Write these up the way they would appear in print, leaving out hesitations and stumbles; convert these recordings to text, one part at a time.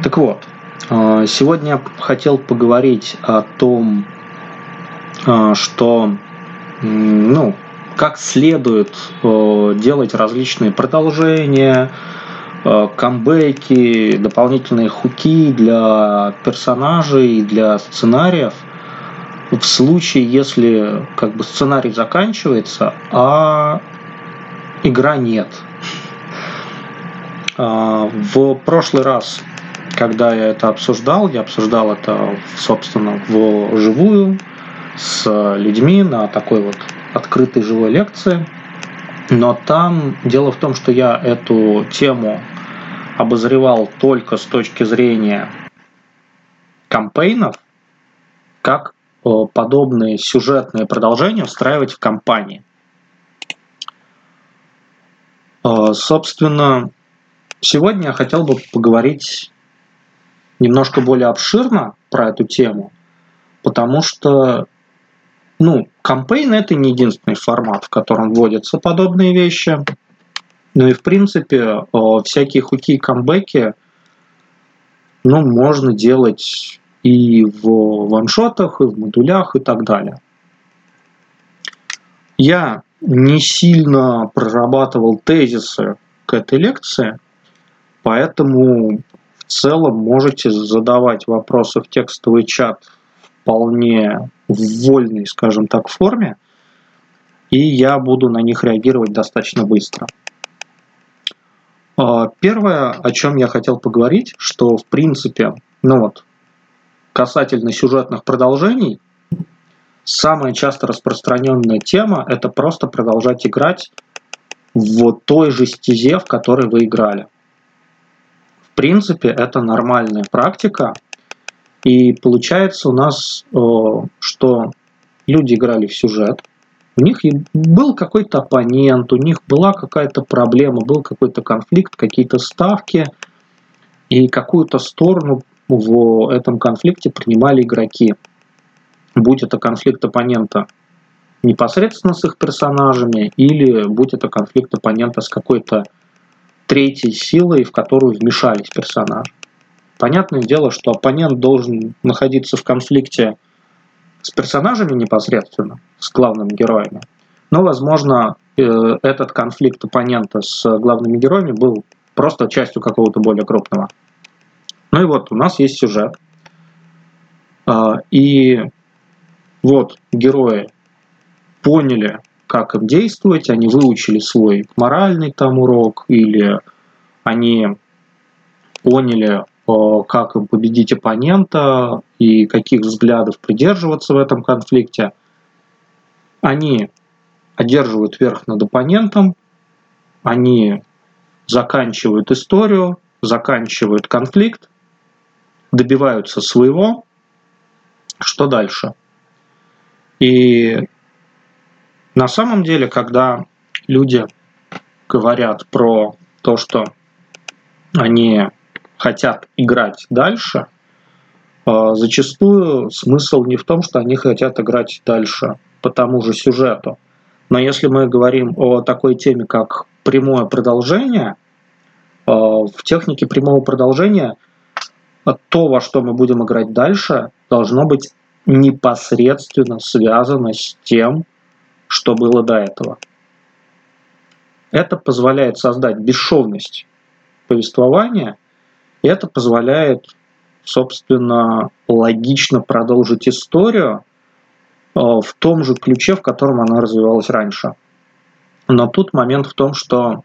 Так вот, сегодня я хотел поговорить о том, что, как следует делать различные продолжения, камбэки, дополнительные хуки для персонажей, для сценариев в случае, если сценарий заканчивается, а игра нет. В прошлый раз, когда я это обсуждал, это, собственно, вживую с людьми на такой вот открытой живой лекции. Но там дело в том, что я эту тему обозревал только с точки зрения кампейнов, как подобные сюжетные продолжения встраивать в кампании. Собственно, сегодня я хотел бы поговорить немножко более обширно про эту тему, потому что кампейн — это не единственный формат, в котором вводятся подобные вещи. Ну и в принципе всякие хуки и камбэки можно делать и в ваншотах, и в модулях, и так далее. Я не сильно прорабатывал тезисы к этой лекции, поэтому в целом можете задавать вопросы в текстовый чат вполне в вольной, скажем так, форме, и я буду на них реагировать достаточно быстро. Первое, о чем я хотел поговорить, что в принципе, касательно сюжетных продолжений, самая часто распространенная тема — это просто продолжать играть в той же стезе, в которой вы играли. В принципе, это нормальная практика, и получается у нас, что люди играли в сюжет, у них был какой-то оппонент, у них была какая-то проблема, был какой-то конфликт, какие-то ставки, и какую-то сторону в этом конфликте принимали игроки. Будь это конфликт оппонента непосредственно с их персонажами, или будь это конфликт оппонента с какой-то третьей силой, в которую вмешались персонажи. Понятное дело, что оппонент должен находиться в конфликте с персонажами непосредственно, с главными героями, но, возможно, этот конфликт оппонента с главными героями был просто частью какого-то более крупного. Ну и вот у нас есть сюжет, и вот герои поняли, как им действовать, они выучили свой моральный урок, или они поняли, как им победить оппонента и каких взглядов придерживаться в этом конфликте. Они одерживают верх над оппонентом, они заканчивают историю, заканчивают конфликт, добиваются своего. Что дальше? И на самом деле, когда люди говорят про то, что они хотят играть дальше, зачастую смысл не в том, что они хотят играть дальше по тому же сюжету. Но если мы говорим о такой теме, как прямое продолжение, в технике прямого продолжения то, во что мы будем играть дальше, должно быть непосредственно связано с тем, что было до этого. Это позволяет создать бесшовность повествования, и это позволяет, собственно, логично продолжить историю в том же ключе, в котором она развивалась раньше. Но тут момент в том, что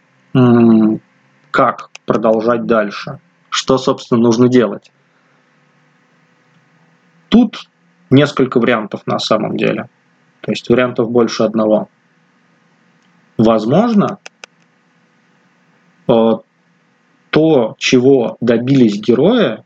как продолжать дальше, что, собственно, нужно делать. Тут несколько вариантов на самом деле. То есть вариантов больше одного. Возможно, то, чего добились герои,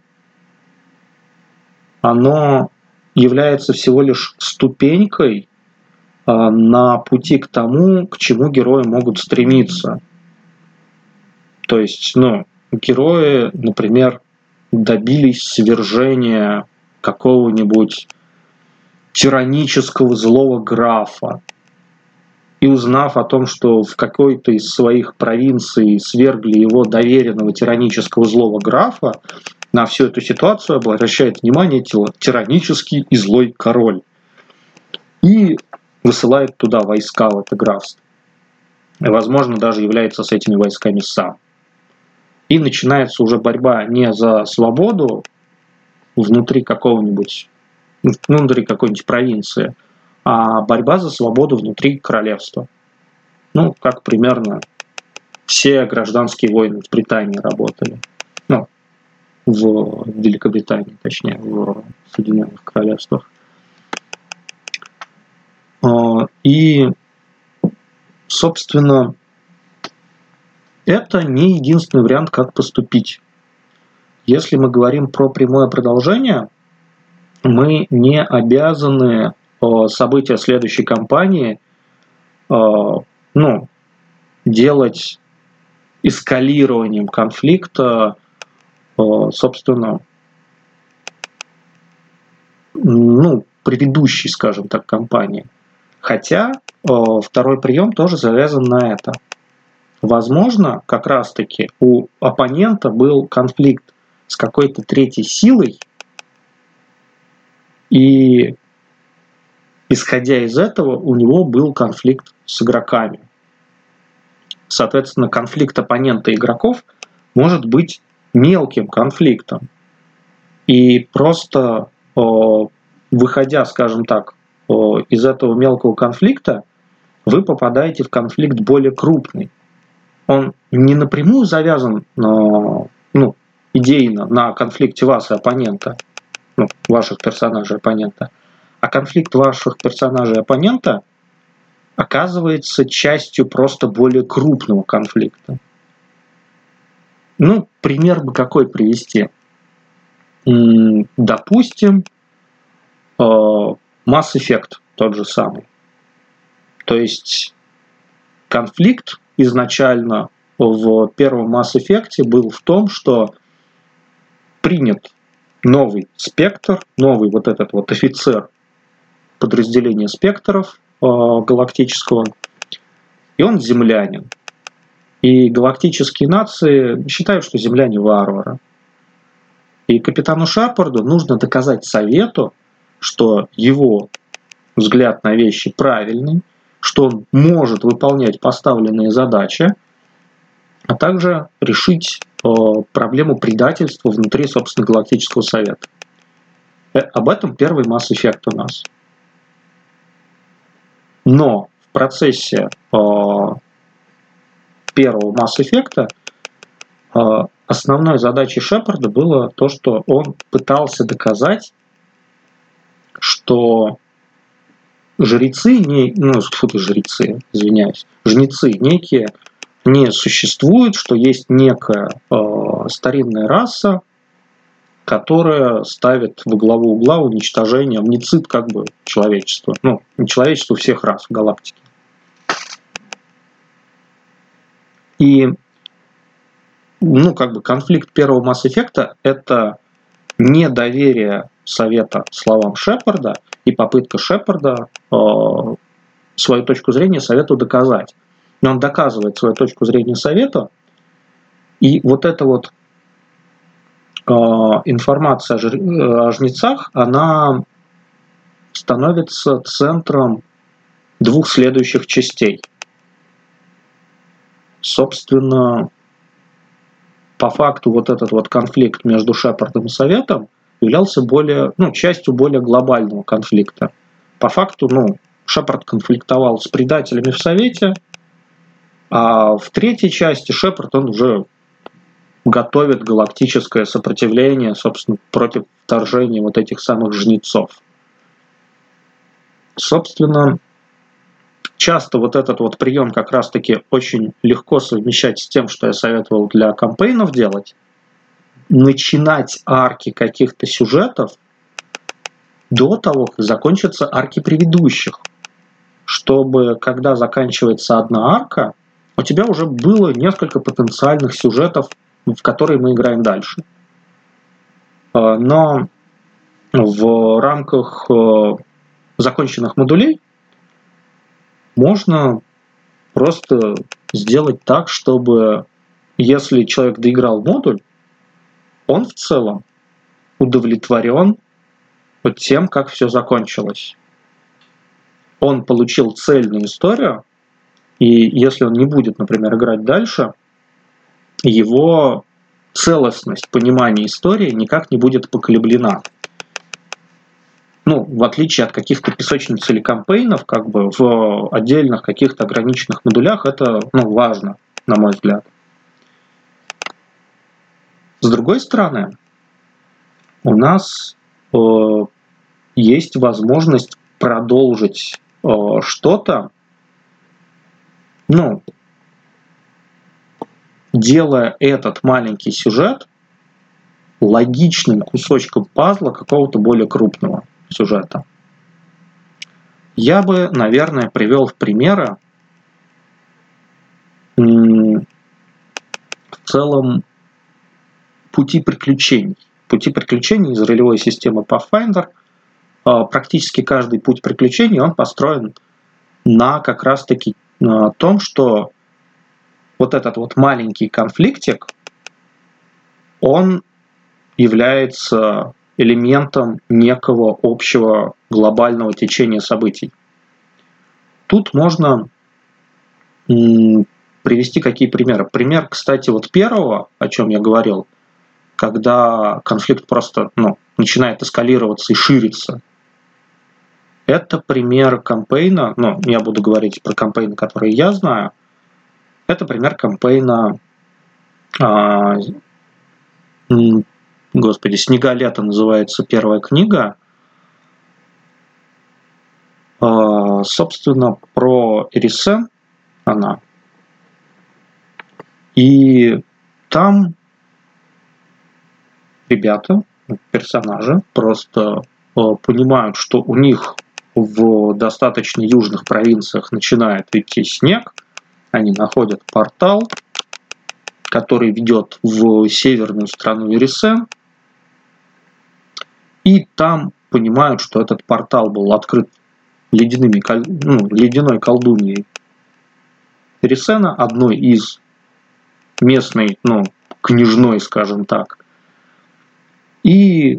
оно является всего лишь ступенькой на пути к тому, к чему герои могут стремиться. То есть, герои, например, добились свержения какого-нибудь тиранического злого графа, и узнав о том, что в какой-то из своих провинций свергли его доверенного тиранического злого графа, на всю эту ситуацию обращает внимание тиранический и злой король и высылает туда войска, в это графство. И, возможно, даже является с этими войсками сам. И начинается уже борьба не за свободу внутри какого-нибудь, внутри какой-нибудь провинции, а борьба за свободу внутри королевства. Ну, как примерно все гражданские войны в Британии работали. Ну, в Великобритании, точнее, в Соединенных Королевствах. И, собственно, это не единственный вариант, как поступить. Если мы говорим про прямое продолжение, мы не обязаны события следующей кампании делать эскалированием конфликта, собственно, предыдущей, скажем так, кампании. Хотя второй прием тоже завязан на это. Возможно, как раз-таки у оппонента был конфликт с какой-то третьей силой, и исходя из этого у него был конфликт с игроками. Соответственно, конфликт оппонента и игроков может быть мелким конфликтом. И просто выходя, скажем так, из этого мелкого конфликта, вы попадаете в конфликт более крупный. Он не напрямую завязан идейно на конфликте вас и оппонента, ваших персонажей оппонента, а конфликт ваших персонажей оппонента оказывается частью просто более крупного конфликта. Пример бы какой привести? Допустим, Mass Effect тот же самый. То есть конфликт изначально в первом Mass Effect был в том, что принят новый спектр, новый вот этот вот офицер подразделения спектров галактического, и он землянин. И галактические нации считают, что земляне варвары. И капитану Шепарду нужно доказать Совету, что его взгляд на вещи правильный, что он может выполнять поставленные задачи, а также решить проблему предательства внутри, собственно, Галактического Совета. Об этом первый Mass Effect у нас. Но в процессе первого Mass Effect основной задачей Шепарда было то, что он пытался доказать, что жрецы некие не существуют, что есть некая старинная раса, которая ставит во главу угла уничтожение, омницид как бы человечества. Не человечества, всех рас в галактике. И конфликт первого Mass Effect — это недоверие Совета словам Шепарда и попытка Шепарда свою точку зрения Совету доказать. Но он доказывает свою точку зрения Совету, и вот эта вот информация о жнецах, она становится центром двух следующих частей. Собственно, по факту вот этот вот конфликт между Шепардом и Советом являлся частью более глобального конфликта. По факту, Шепард конфликтовал с предателями в Совете, а в третьей части Шепард, он уже готовит галактическое сопротивление, собственно, против вторжения вот этих самых жнецов. Собственно, часто вот этот вот прием как раз-таки очень легко совмещать с тем, что я советовал для кампейнов делать. Начинать арки каких-то сюжетов до того, как закончатся арки предыдущих. Чтобы, когда заканчивается одна арка, у тебя уже было несколько потенциальных сюжетов, в которые мы играем дальше. Но в рамках законченных модулей можно просто сделать так, чтобы если человек доиграл модуль, он в целом удовлетворен тем, как все закончилось. Он получил цельную историю, и если он не будет, например, играть дальше, его целостность понимания истории никак не будет поколеблена. Ну, в отличие от каких-то песочниц или кампейнов, как бы в отдельных каких-то ограниченных модулях это, важно, на мой взгляд. С другой стороны, у нас есть возможность продолжить что-то, делая этот маленький сюжет логичным кусочком пазла какого-то более крупного сюжета. Я бы, наверное, привел в примеры в целом пути приключений. Пути приключений из ролевой системы Pathfinder. Практически каждый путь приключений, он построен на как раз-таки том, что вот этот вот маленький конфликтик, он является элементом некого общего глобального течения событий. Тут можно привести какие примеры. Пример, кстати, вот первого, о чем я говорил, когда конфликт просто начинает эскалироваться и шириться. Это пример кампейна, я буду говорить про кампейны, которые я знаю. Это пример кампейна «Снега лета» называется первая книга. Собственно, про Эрисен она. И там ребята, персонажи, просто понимают, что у них в достаточно южных провинциях начинает идти снег. Они находят портал, который ведет в северную страну Эрисен. И там понимают, что этот портал был открыт ледяной колдуньей Эрисена, одной из местной, княжной, скажем так. И,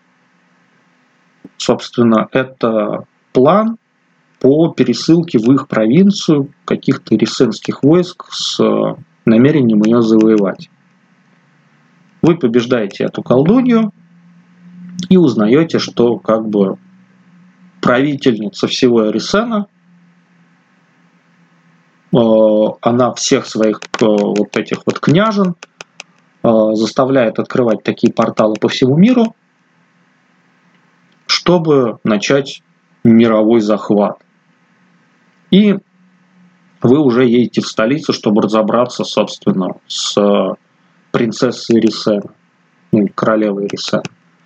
собственно, это план по пересылке в их провинцию каких-то эрисенских войск с намерением ее завоевать. Вы побеждаете эту колдунью и узнаете, что как бы правительница всего Эрисена, она всех своих вот этих вот княжен заставляет открывать такие порталы по всему миру, чтобы начать мировой захват. И вы уже едете в столицу, чтобы разобраться, собственно, с принцессой Эрисена, королевой Эрисена.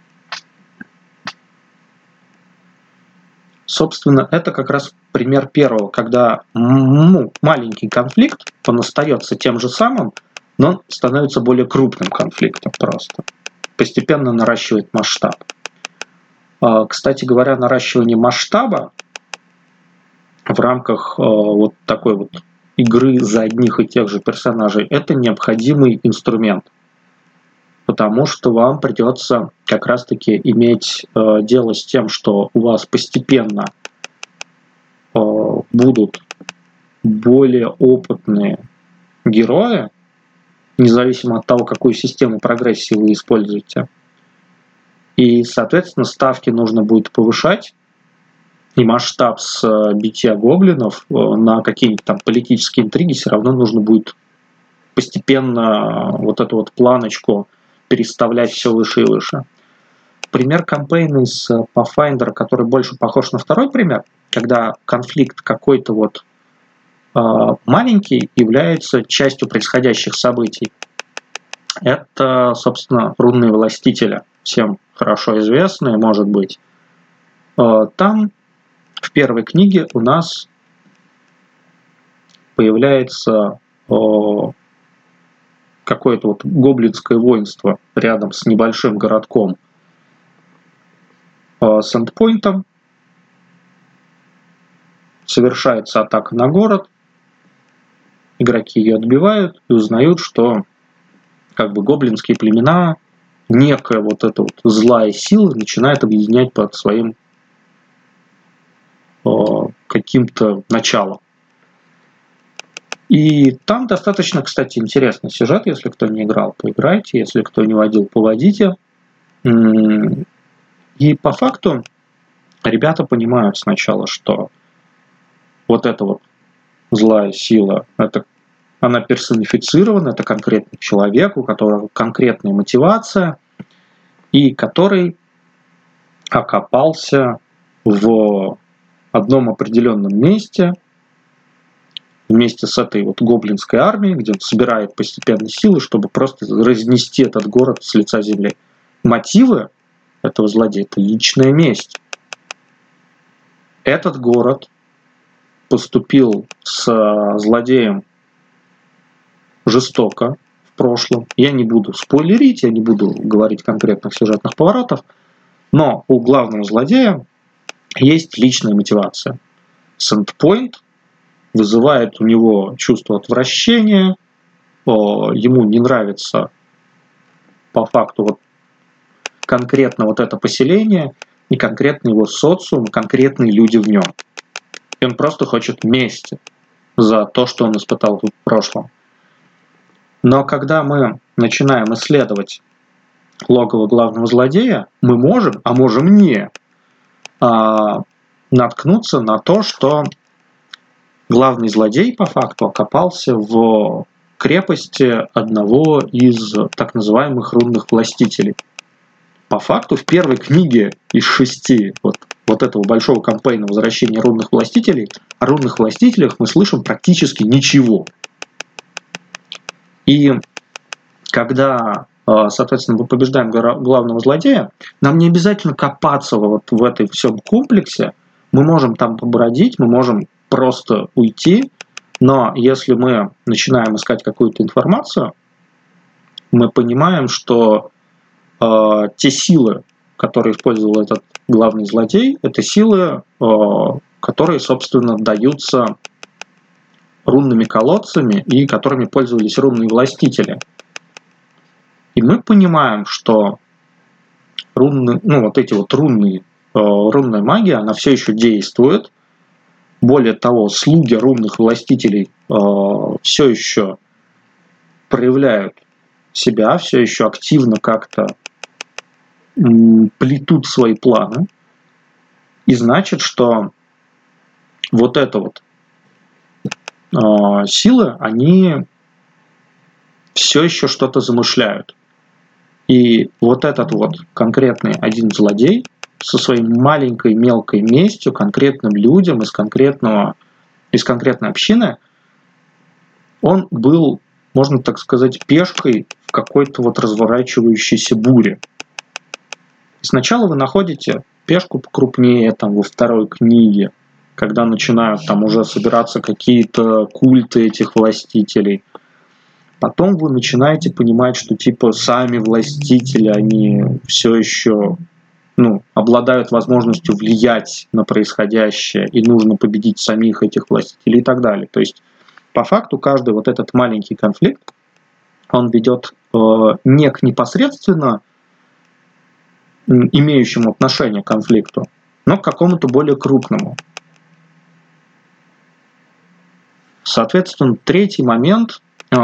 Собственно, это как раз пример первого, когда маленький конфликт, он остается тем же самым, но он становится более крупным конфликтом просто. Постепенно наращивает масштаб. Кстати говоря, наращивание масштаба в рамках вот такой вот игры за одних и тех же персонажей – это необходимый инструмент. Потому что вам придется как раз-таки иметь дело с тем, что у вас постепенно будут более опытные герои, независимо от того, какую систему прогрессии вы используете. И, соответственно, ставки нужно будет повышать, и масштаб с битья гоблинов на какие-нибудь там политические интриги все равно нужно будет постепенно вот эту вот планочку переставлять все выше и выше. Пример кампейна из Pathfinder, который больше похож на второй пример, когда конфликт какой-то вот маленький является частью происходящих событий. Это, собственно, рунные властители, всем хорошо известные, может быть. Там в первой книге у нас появляется какое-то вот гоблинское воинство рядом с небольшим городком Сэндпойнтом. Совершается атака на город. Игроки ее отбивают и узнают, что как бы гоблинские племена некая вот эта вот злая сила начинает объединять под своим каким-то началом. И там достаточно, кстати, интересный сюжет, если кто не играл, поиграйте, если кто не водил, поводите. И по факту ребята понимают сначала, что вот эта вот злая сила, она персонифицирована, это конкретный человек, у которого конкретная мотивация, и который окопался в одном определенном месте, вместе с этой вот гоблинской армией, где он собирает постепенно силы, чтобы просто разнести этот город с лица земли. Мотивы этого злодея – это личная месть. Этот город поступил с злодеем жестоко в прошлом. Я не буду спойлерить, я не буду говорить конкретных сюжетных поворотов, но у главного злодея есть личная мотивация. Сендпойнт вызывает у него чувство отвращения, ему не нравится по факту вот конкретно вот это поселение, и конкретно его социум, конкретные люди в нем. И он просто хочет мести за то, что он испытал в прошлом. Но когда мы начинаем исследовать логово главного злодея, мы можем, а можем не, наткнуться на то, что главный злодей по факту окопался в крепости одного из так называемых рунных властителей. По факту в первой книге из 6 вот этого большого кампейна «Возвращение рунных властителей» о рунных властителях мы слышим практически ничего. И когда, соответственно, мы побеждаем главного злодея, нам не обязательно копаться вот в этой всем комплексе, мы можем там побродить, мы можем просто уйти, но если мы начинаем искать какую-то информацию, мы понимаем, что те силы, которые использовал этот главный злодей, это силы, которые, собственно, даются рунными колодцами и которыми пользовались рунные властители. И мы понимаем, что рунная магия, она все еще действует. Более того, слуги рунных властителей все еще проявляют себя, все еще активно как-то плетут свои планы. И значит, что вот это вот силы, они все еще что-то замышляют. И вот этот вот конкретный один злодей со своей маленькой мелкой местью конкретным людям из конкретной общины, он был, можно так сказать, пешкой в какой-то вот разворачивающейся буре. Сначала вы находите пешку покрупнее, там, во второй книге, когда начинают там уже собираться какие-то культы этих властителей. Потом вы начинаете понимать, что типа сами властители, они все еще обладают возможностью влиять на происходящее, и нужно победить самих этих властителей и так далее. То есть, по факту, каждый вот этот маленький конфликт, он ведет не к непосредственно имеющему отношение к конфликту, но к какому-то более крупному. Соответственно, третий момент,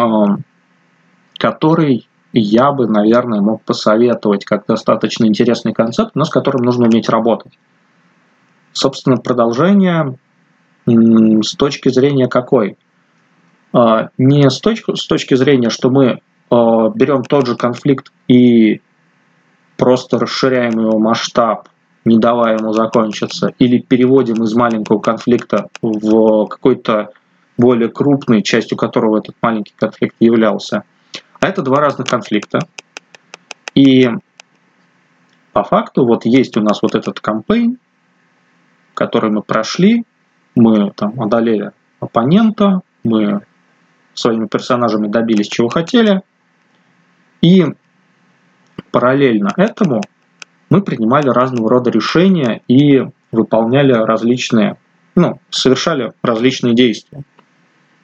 который я бы, наверное, мог посоветовать как достаточно интересный концепт, но с которым нужно уметь работать. Собственно, продолжение с точки зрения какой? Не с точки зрения, что мы берем тот же конфликт и просто расширяем его масштаб, не давая ему закончиться, или переводим из маленького конфликта в какой-то более крупный, частью которого этот маленький конфликт являлся. А это два разных конфликта. И по факту вот есть у нас вот этот кампейн, который мы прошли, мы там одолели оппонента, мы своими персонажами добились чего хотели, и параллельно этому мы принимали разного рода решения и выполняли различные, совершали различные действия.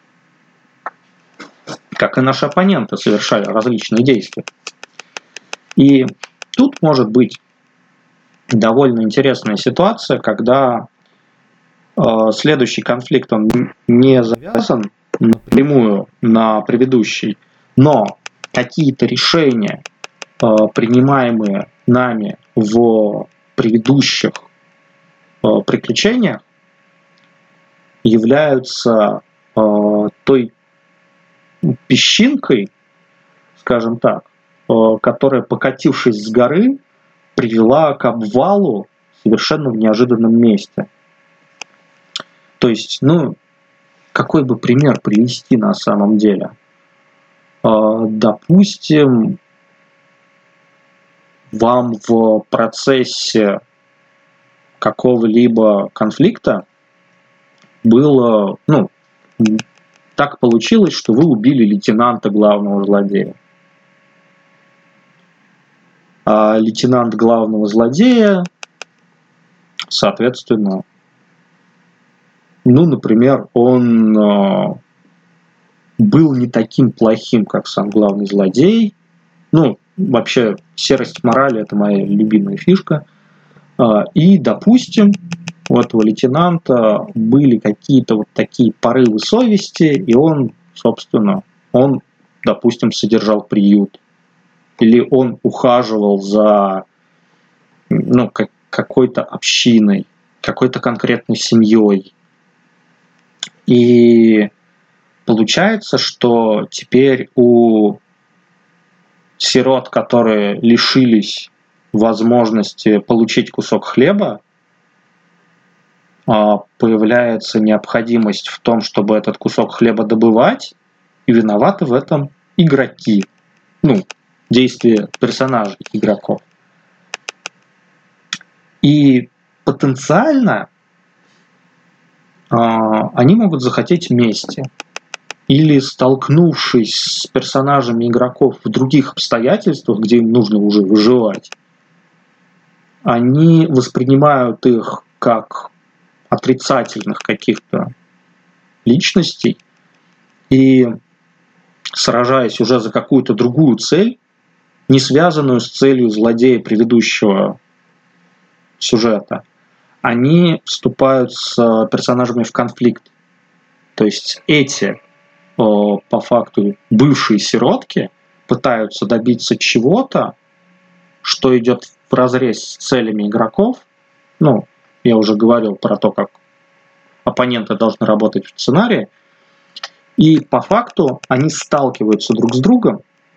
Как и наши оппоненты совершали различные действия. И тут может быть довольно интересная ситуация, когда следующий конфликт, он не завязан напрямую на предыдущий, но какие-то решения, принимаемые нами в предыдущих приключениях, являются той песчинкой, скажем так, которая, покатившись с горы, привела к обвалу совершенно в неожиданном месте. То есть, какой бы пример привести на самом деле? Допустим, вам в процессе какого-либо конфликта было, так получилось, что вы убили лейтенанта главного злодея. А лейтенант главного злодея, соответственно, например, он был не таким плохим, как сам главный злодей. Вообще, серость морали – это моя любимая фишка. И, допустим, у этого лейтенанта были какие-то вот такие порывы совести, и он, допустим, содержал приют. Или он ухаживал за какой-то общиной, какой-то конкретной семьей. И получается, что теперь у сирот, которые лишились возможности получить кусок хлеба, появляется необходимость в том, чтобы этот кусок хлеба добывать, и виноваты в этом игроки. Действия персонажей игроков. И потенциально они могут захотеть мести. Или, столкнувшись с персонажами игроков в других обстоятельствах, где им нужно уже выживать, они воспринимают их как отрицательных каких-то личностей и, сражаясь уже за какую-то другую цель, не связанную с целью злодея предыдущего сюжета, они вступают с персонажами в конфликт. То есть эти, по факту, бывшие сиротки пытаются добиться чего-то, что идет вразрез с целями игроков. Я уже говорил про то, как оппоненты должны работать в сценарии. И по факту они сталкиваются друг с другом.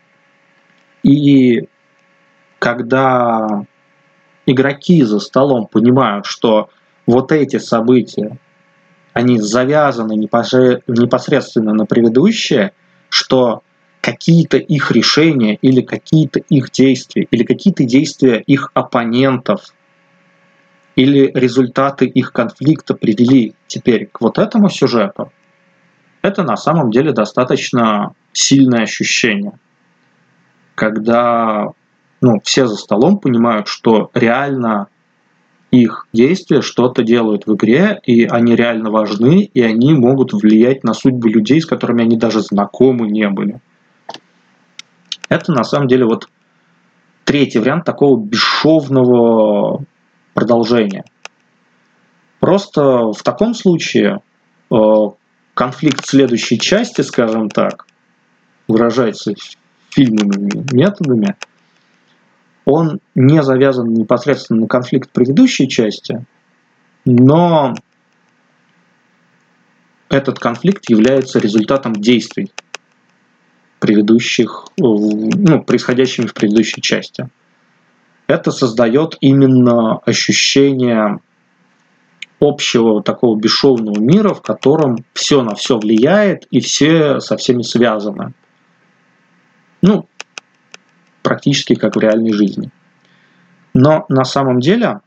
И когда игроки за столом понимают, что вот эти события, они завязаны непосредственно на предыдущее, что какие-то их решения или какие-то их действия, или какие-то действия их оппонентов, или результаты их конфликта привели теперь к вот этому сюжету, это на самом деле достаточно сильное ощущение, когда все за столом понимают, что реально их действия что-то делают в игре, и они реально важны, и они могут влиять на судьбы людей, с которыми они даже знакомы не были. Это на самом деле вот третий вариант такого бесшовного продолжения. Просто в таком случае конфликт следующей части, скажем так, выражается фильмовыми методами, он не завязан непосредственно на конфликт предыдущей части, но этот конфликт является результатом действий предыдущих, происходящими в предыдущей части. Это создает именно ощущение общего такого бесшовного мира, в котором все на все влияет и все со всеми связаны. Практически как в реальной жизни. Но на самом деле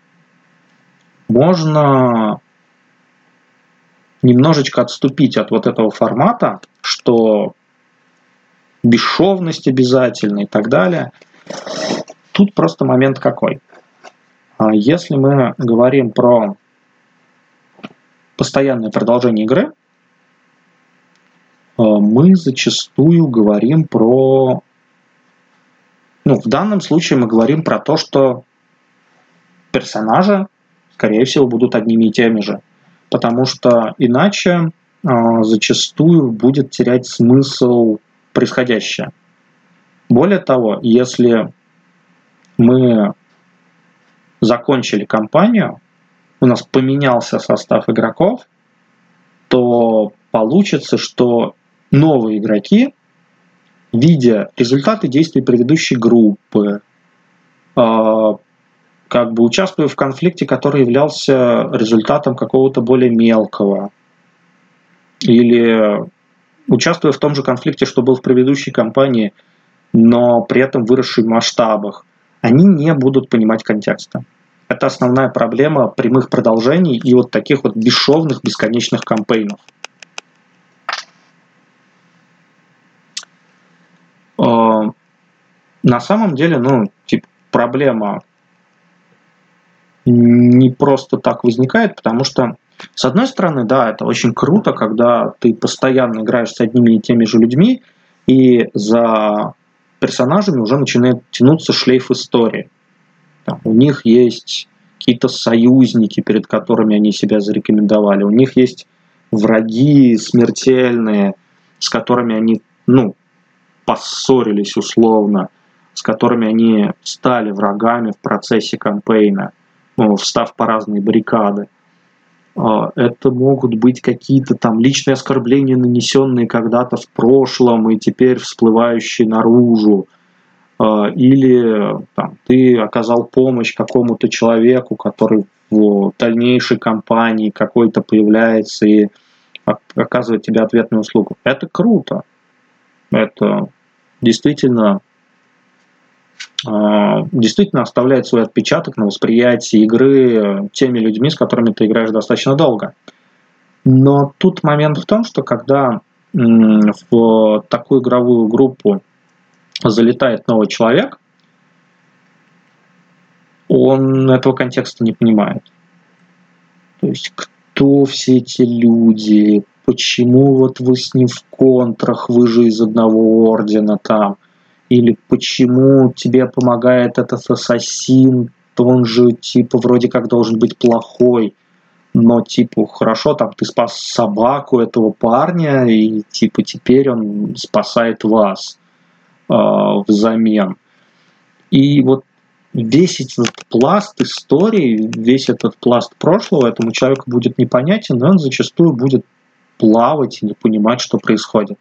можно немножечко отступить от вот этого формата, что бесшовность обязательно и так далее. Тут просто момент какой. Если мы говорим про постоянное продолжение игры, мы зачастую говорим про Ну, в данном случае мы говорим про то, что персонажи, скорее всего, будут одними и теми же, потому что иначе зачастую будет терять смысл происходящее. Более того, если мы закончили кампанию, у нас поменялся состав игроков, то получится, что новые игроки, видя результаты действий предыдущей группы, как бы участвуя в конфликте, который являлся результатом какого-то более мелкого, или участвуя в том же конфликте, что был в предыдущей кампании, но при этом выросший в масштабах, они не будут понимать контекста. Это основная проблема прямых продолжений и вот таких вот бесшовных, бесконечных кампейнов. На самом деле, проблема не просто так возникает, потому что, с одной стороны, да, это очень круто, когда ты постоянно играешь с одними и теми же людьми, и за персонажами уже начинает тянуться шлейф истории. Там, у них есть какие-то союзники, перед которыми они себя зарекомендовали, у них есть враги смертельные, с которыми они, поссорились условно, с которыми они стали врагами в процессе кампейна, встав по разные баррикады. Это могут быть какие-то там личные оскорбления, нанесенные когда-то в прошлом и теперь всплывающие наружу. Или там, ты оказал помощь какому-то человеку, который в дальнейшей кампании какой-то появляется и оказывает тебе ответную услугу. Это круто. Это действительно оставляет свой отпечаток на восприятии игры теми людьми, с которыми ты играешь достаточно долго. Но тут момент в том, что когда в такую игровую группу залетает новый человек, он этого контекста не понимает. То есть кто все эти люди, почему вот вы с ним в контрах, вы же из одного ордена там, или почему тебе помогает этот ассасин, то он же типа вроде как должен быть плохой, но типа хорошо, там ты спас собаку этого парня, и типа теперь он спасает вас взамен. И вот весь этот пласт истории, весь этот пласт прошлого этому человеку будет непонятен, и он зачастую будет плавать и не понимать, что происходит.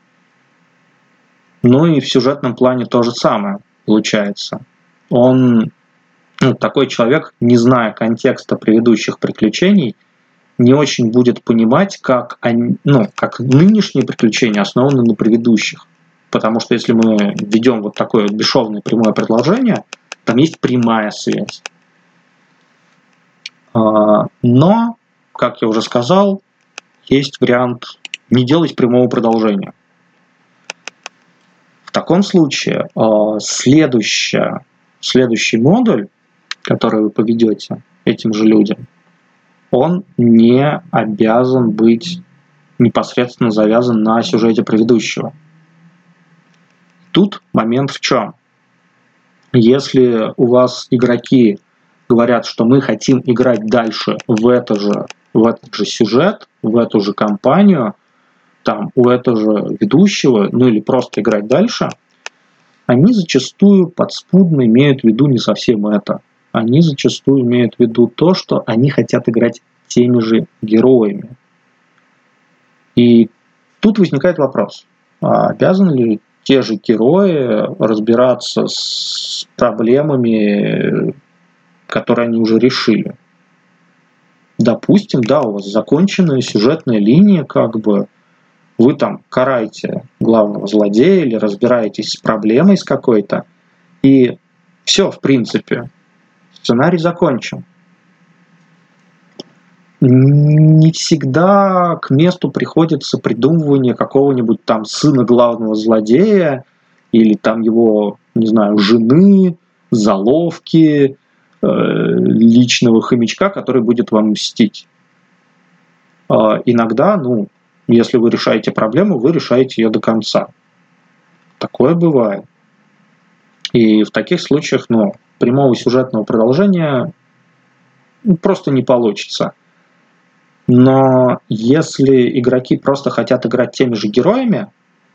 Ну и в сюжетном плане то же самое получается. Он, такой человек, не зная контекста предыдущих приключений, не очень будет понимать, как нынешние приключения основаны на предыдущих. Потому что если мы ведем вот такое бесшовное прямое предложение, там есть прямая связь. Но, как я уже сказал, есть вариант не делать прямого продолжения. В таком случае следующий модуль, который вы поведете этим же людям, он не обязан быть непосредственно завязан на сюжете предыдущего. Тут момент в чем? Если у вас игроки говорят, что мы хотим играть дальше в этот же сюжет, в эту же кампанию, там, у этого же ведущего, или просто играть дальше, они зачастую подспудно имеют в виду не совсем это. Они зачастую имеют в виду то, что они хотят играть теми же героями. И тут возникает вопрос, обязаны ли те же герои разбираться с проблемами, которые они уже решили? Допустим, да, у вас законченная сюжетная линия, как бы, вы там караете главного злодея или разбираетесь с проблемой с какой-то, и все, в принципе, сценарий закончен. Не всегда к месту приходится придумывание какого-нибудь там сына главного злодея или там его, не знаю, жены, заловки, личного хомячка, который будет вам мстить. Иногда, если вы решаете проблему, вы решаете ее до конца. Такое бывает. И в таких случаях, прямого сюжетного продолжения просто не получится. Но если игроки просто хотят играть теми же героями,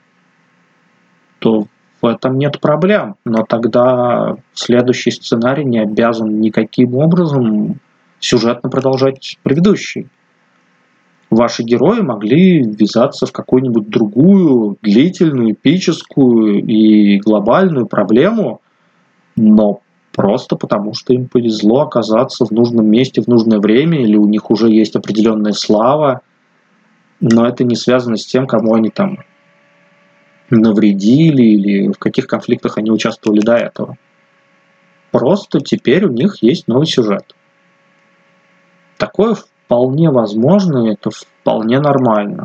то в этом нет проблем. Но тогда следующий сценарий не обязан никаким образом сюжетно продолжать предыдущий. Ваши герои могли ввязаться в какую-нибудь другую, длительную, эпическую и глобальную проблему, но просто потому, что им повезло оказаться в нужном месте в нужное время, или у них уже есть определенная слава, но это не связано с тем, кому они там навредили или в каких конфликтах они участвовали до этого. Просто теперь у них есть новый сюжет. Такое вполне возможно, и это вполне нормально.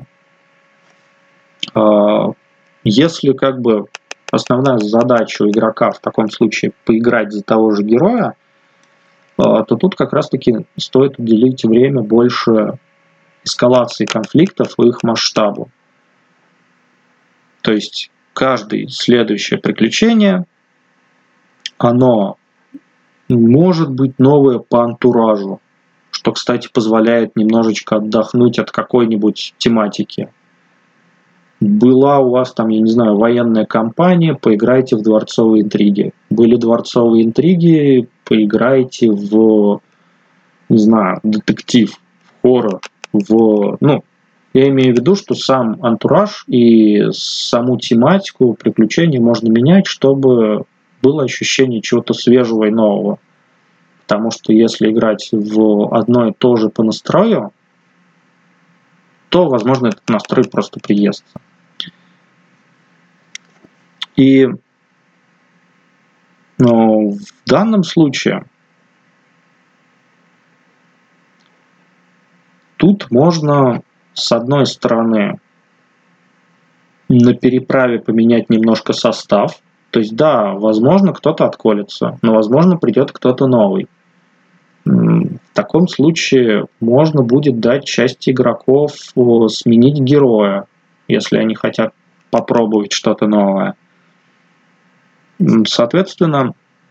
Если основная задача у игрока в таком случае поиграть за того же героя, то тут как раз-таки стоит уделить время больше эскалации конфликтов и их масштабу. То есть каждое следующее приключение, оно может быть новое по антуражу, что, кстати, позволяет немножечко отдохнуть от какой-нибудь тематики. Была у вас там, я не знаю, военная кампания, поиграйте в дворцовые интриги. Были дворцовые интриги, поиграйте в, не знаю, детектив, хоррор, я имею в виду, что сам антураж и саму тематику приключений можно менять, чтобы было ощущение чего-то свежего и нового. Потому что если играть в одно и то же по настрою, то, возможно, этот настрой просто приестся. И в данном случае тут можно, с одной стороны, на переправе поменять немножко состав. То есть, да, возможно, кто-то отколется, но, возможно, придет кто-то новый. В таком случае можно будет дать части игроков сменить героя, если они хотят попробовать что-то новое. Соответственно,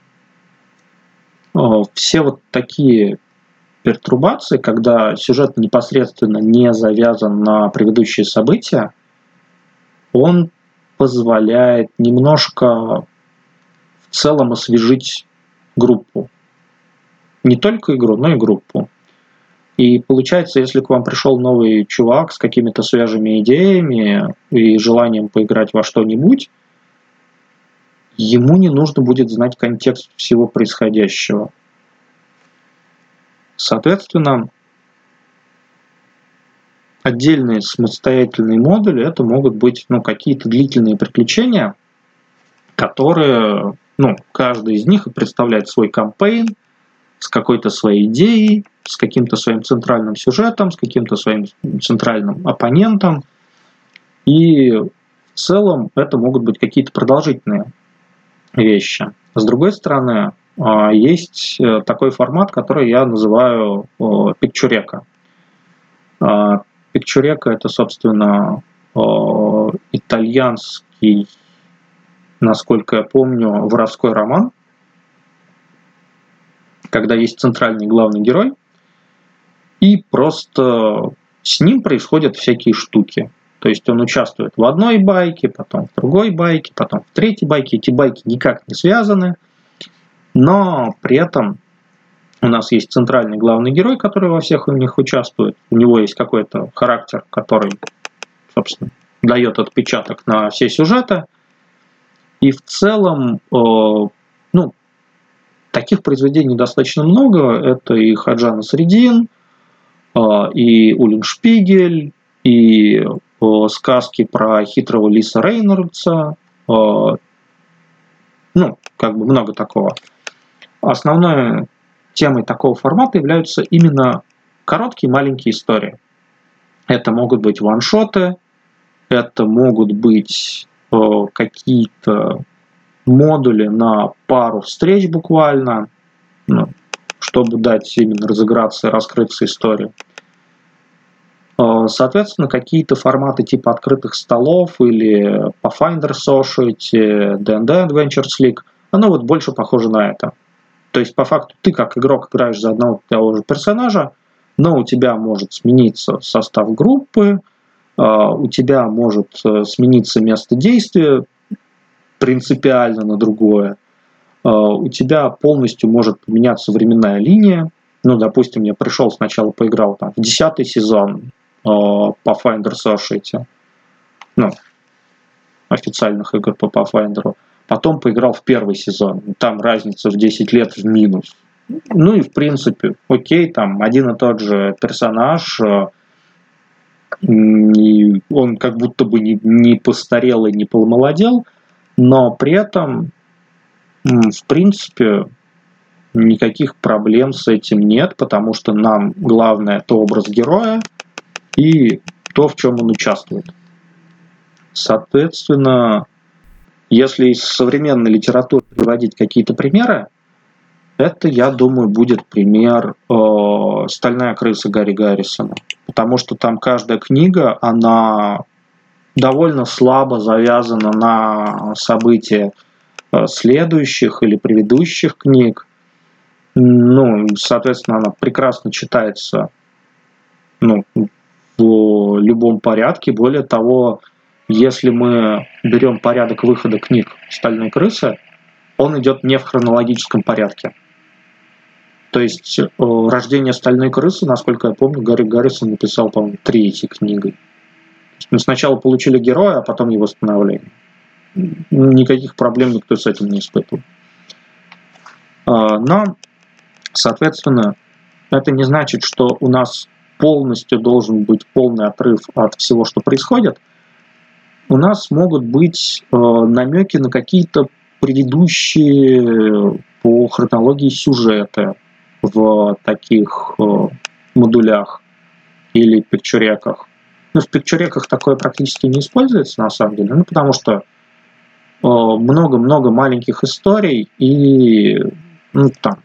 все вот такие пертурбации, когда сюжет непосредственно не завязан на предыдущие события, он позволяет немножко в целом освежить группу. Не только игру, но и группу. И получается, если к вам пришел новый чувак с какими-то свежими идеями и желанием поиграть во что-нибудь, ему не нужно будет знать контекст всего происходящего. Соответственно, отдельные самостоятельные модули это могут быть какие-то длительные приключения, которые, каждый из них представляет свой кампейн с какой-то своей идеей, с каким-то своим центральным сюжетом, с каким-то своим центральным оппонентом. И в целом это могут быть какие-то продолжительные вещи. С другой стороны, есть такой формат, который я называю пикчурека. Пикчурека это, собственно, итальянский, насколько я помню, воровской роман, когда есть центральный главный герой, и просто с ним происходят всякие штуки. То есть он участвует в одной байке, потом в другой байке, потом в третьей байке. Эти байки никак не связаны, но при этом у нас есть центральный главный герой, который во всех у них участвует. У него есть какой-то характер, который, собственно, дает отпечаток на все сюжеты. И в целом, таких произведений достаточно много. Это и Хаджан Насреддин, и Уллиншпигель, и сказки про хитрого лиса Рейнольдса. Много такого. Основной темой такого формата являются именно короткие маленькие истории. Это могут быть ваншоты, это могут быть какие-то модули на пару встреч буквально, чтобы дать именно разыграться и раскрыться истории. Соответственно, какие-то форматы типа открытых столов или Pathfinder Society, D&D Adventures League, оно вот больше похоже на это. То есть, по факту, ты как игрок играешь за одного и того же персонажа, но у тебя может смениться состав группы, у тебя может смениться место действия принципиально на другое, у тебя полностью может поменяться временная линия. Ну, допустим, я пришел сначала, поиграл там в 10-й сезон Pathfinder Society, ну, официальных игр по Pathfinder, потом поиграл в 1-й сезон, там разница в 10 лет в минус. Ну и в принципе, окей, там один и тот же персонаж, и он как будто бы не постарел и не помолодел, но при этом, в принципе, никаких проблем с этим нет, потому что нам главное это образ героя и то, в чем он участвует. Соответственно, если из современной литературы приводить какие-то примеры, это, я думаю, будет пример «Стальная крыса» Гарри Гаррисона. Потому что там каждая книга, она довольно слабо завязана на события следующих или предыдущих книг. Ну, соответственно, она прекрасно читается, ну, в любом порядке. Более того, если мы берем порядок выхода книг «Стальной крысы», он идет не в хронологическом порядке. То есть «Рождение стальной крысы», насколько я помню, Гарри Гаррисон написал, по-моему, 3-й книгой. Мы сначала получили героя, а потом его становление. Никаких проблем никто с этим не испытывал. Но, соответственно, это не значит, что у нас полностью должен быть полный отрыв от всего, что происходит. У нас могут быть намеки на какие-то предыдущие по хронологии сюжеты в таких модулях или пикчуреках. Ну, в пикчуреках такое практически не используется, на самом деле, потому что много-много маленьких историй, и там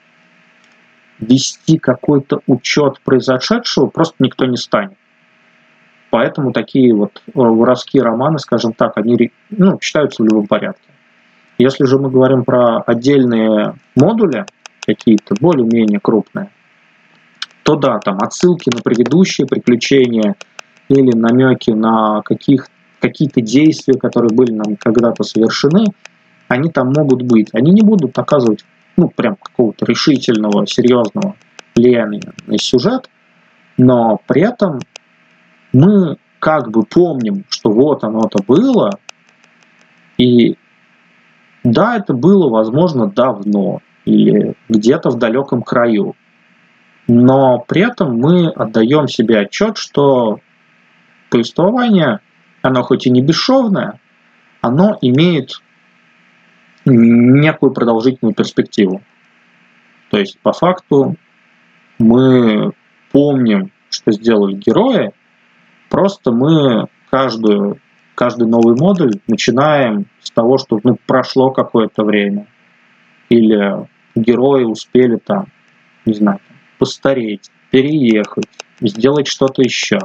вести какой-то учет произошедшего просто никто не станет. Поэтому такие вот воровские романы, скажем так, они читаются в любом порядке. Если же мы говорим про отдельные модули, какие-то более-менее крупные, то да, там отсылки на предыдущие приключения или намеки на какие-то действия, которые были нам когда-то совершены, они там могут быть. Они не будут оказывать прям какого-то решительного, серьезного влияния на сюжет, но при этом мы как бы помним, что вот оно-то было, и да, это было, возможно, давно или где-то в далеком краю, но при этом мы отдаем себе отчет, что повествование, оно хоть и не бесшовное, оно имеет некую продолжительную перспективу. То есть, по факту, мы помним, что сделали герои, просто мы каждый новый модуль начинаем с того, что прошло какое-то время, или герои успели там, не знаю, постареть, переехать, сделать что-то еще.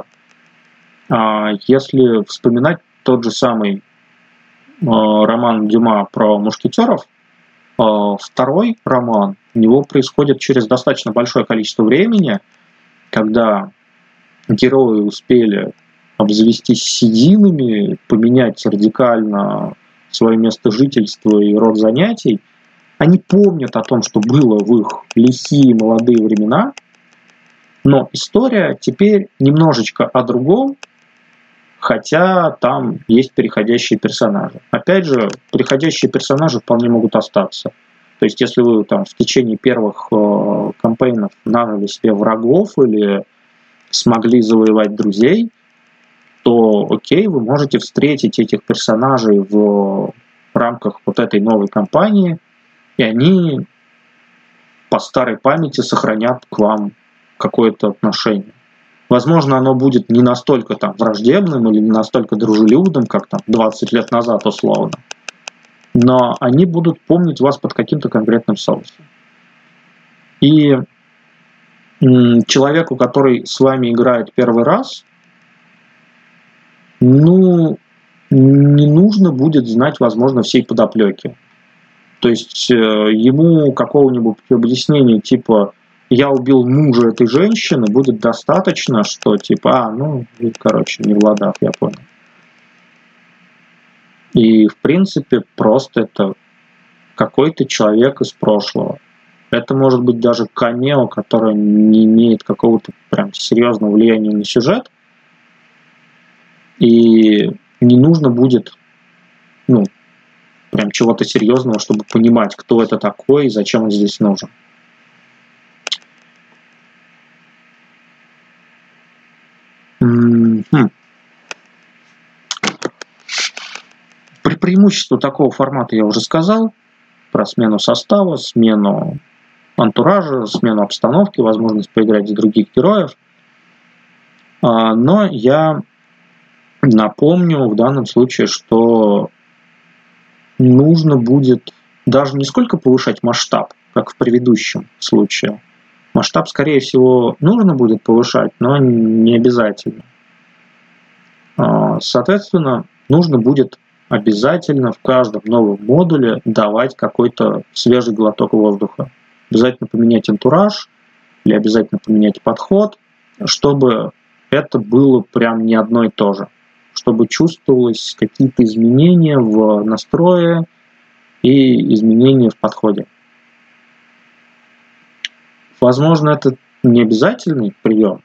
Если вспоминать тот же самый роман Дюма про мушкетеров, второй роман, у него происходит через достаточно большое количество времени, когда герои успели обзавестись сединами, поменять радикально свое место жительства и род занятий. Они помнят о том, что было в их лихие молодые времена, но история теперь немножечко о другом, хотя там есть переходящие персонажи. Опять же, переходящие персонажи вполне могут остаться. То есть, если вы там в течение первых кампейнов нажили себе врагов или смогли завоевать друзей, то окей, вы можете встретить этих персонажей в рамках вот этой новой кампании, и они по старой памяти сохранят к вам какое-то отношение. Возможно, оно будет не настолько там враждебным или не настолько дружелюбным, как там 20 лет назад условно, но они будут помнить вас под каким-то конкретным соусом. И человеку, который с вами играет первый раз, не нужно будет знать, возможно, всей подоплеки. То есть ему какого-нибудь объяснения типа «я убил мужа этой женщины» будет достаточно, что типа вы, короче, не в ладах, я понял. И, в принципе, просто это какой-то человек из прошлого. Это может быть даже камео, которое не имеет какого-то прям серьезного влияния на сюжет. И не нужно будет, прям чего-то серьезного, чтобы понимать, кто это такой и зачем он здесь нужен. Преимущество такого формата я уже сказал. Про смену состава, смену антуража, смену обстановки, возможность поиграть за других героев. Но я напомню в данном случае, что нужно будет даже не сколько повышать масштаб, как в предыдущем случае. Масштаб, скорее всего, нужно будет повышать, но не обязательно. Соответственно, нужно будет обязательно в каждом новом модуле давать какой-то свежий глоток воздуха. Обязательно поменять антураж или обязательно поменять подход, чтобы это было прям не одно и то же. Чтобы чувствовалось какие-то изменения в настрое и изменения в подходе. Возможно, это не обязательный прием,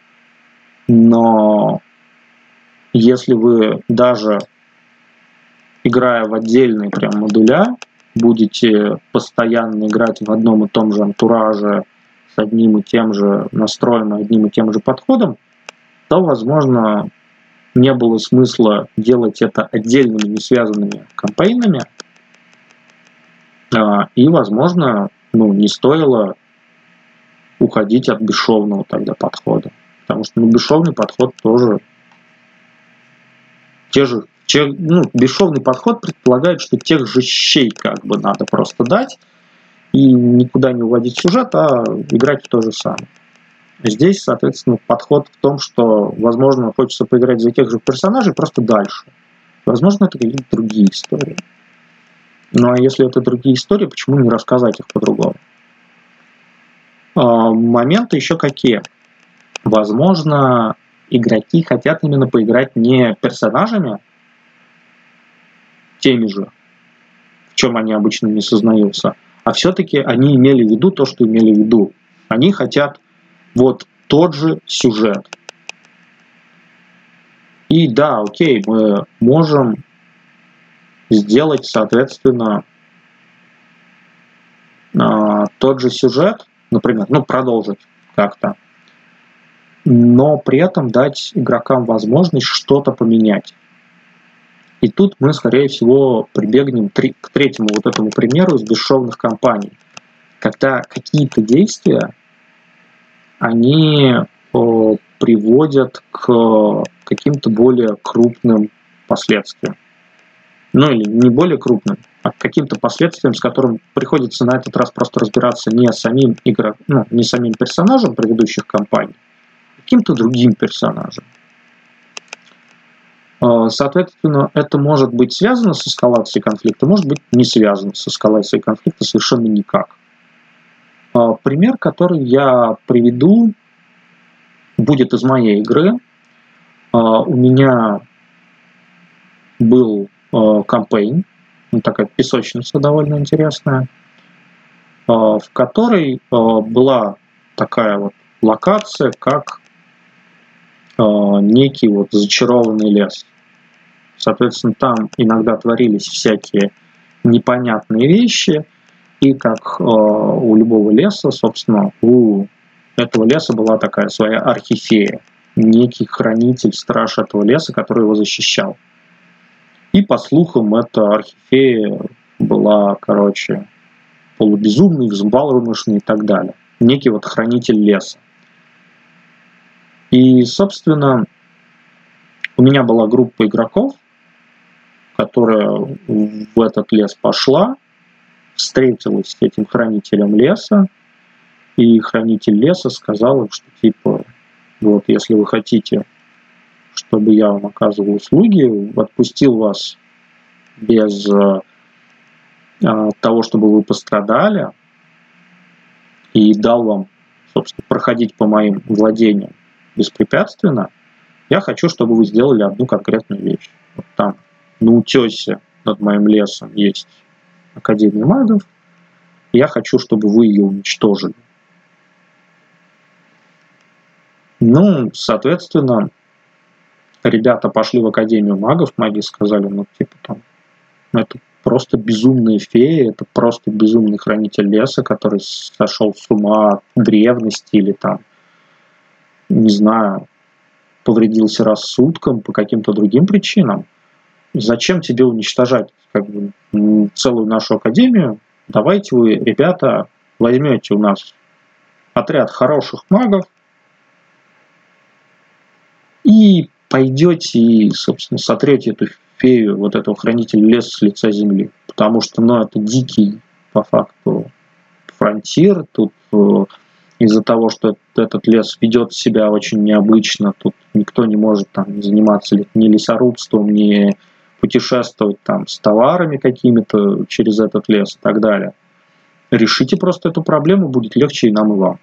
но если вы даже играя в отдельные прям модуля, будете постоянно играть в одном и том же антураже с одним и тем же настроем и одним и тем же подходом, то, возможно, не было смысла делать это отдельными, не связанными кампейнами, и, возможно, не стоило уходить от бесшовного тогда подхода, потому что бесшовный подход тоже бесшовный подход предполагает, что тех же щей надо просто дать и никуда не уводить сюжет, а играть в то же самое. Здесь, соответственно, подход в том, что, возможно, хочется поиграть за тех же персонажей просто дальше. Возможно, это какие-то другие истории. Ну а если это другие истории, почему не рассказать их по-другому? Моменты еще какие? Возможно, игроки хотят именно поиграть не персонажами, теми же, в чем они обычно не сознаются, а все-таки они имели в виду то, что имели в виду. Они хотят вот тот же сюжет. И да, окей, мы можем сделать, соответственно, тот же сюжет, например, продолжить как-то, но при этом дать игрокам возможность что-то поменять. И тут мы, скорее всего, прибегнем к третьему вот этому примеру из бесшовных кампаний, когда какие-то действия, они приводят к каким-то более крупным последствиям. Или не более крупным, а к каким-то последствиям, с которым приходится на этот раз просто разбираться не самим не самим персонажем предыдущих кампаний, а каким-то другим персонажем. Соответственно, это может быть связано с эскалацией конфликта, может быть не связано с эскалацией конфликта совершенно никак. Пример, который я приведу, будет из моей игры. У меня был кампейн, такая песочница довольно интересная, в которой была такая вот локация, как некий зачарованный лес. Соответственно, там иногда творились всякие непонятные вещи, и как у любого леса, собственно, у этого леса была такая своя архифея, некий хранитель, страж этого леса, который его защищал. И, по слухам, эта архифея была, полубезумный, взбалмошный и так далее. Некий хранитель леса. И, собственно, у меня была группа игроков, которая в этот лес пошла, встретилась с этим хранителем леса, и хранитель леса сказал им, что если вы хотите, чтобы я вам оказывал услуги, отпустил вас без того, чтобы вы пострадали, и дал вам, собственно, проходить по моим владениям беспрепятственно, я хочу, чтобы вы сделали одну конкретную вещь. Вот там на утесе над моим лесом есть Академия магов, и я хочу, чтобы вы ее уничтожили. Ну, соответственно, ребята пошли в Академию магов, маги сказали, ну, типа там, это просто безумная фея, это просто безумный хранитель леса, который сошел с ума от древности или там, не знаю, повредился рассудком по каким-то другим причинам. Зачем тебе уничтожать как бы целую нашу академию? Давайте вы, ребята, возьмете у нас отряд хороших магов и пойдете и, собственно, сотрете эту фею, вот этого хранителя леса с лица земли. Потому что, ну, это дикий, по факту, фронтир. Тут из-за того, что этот лес ведет себя очень необычно, тут никто не может там заниматься ни лесорубством, ни путешествовать там с товарами какими-то через этот лес и так далее. Решите просто эту проблему, будет легче и нам, и вам.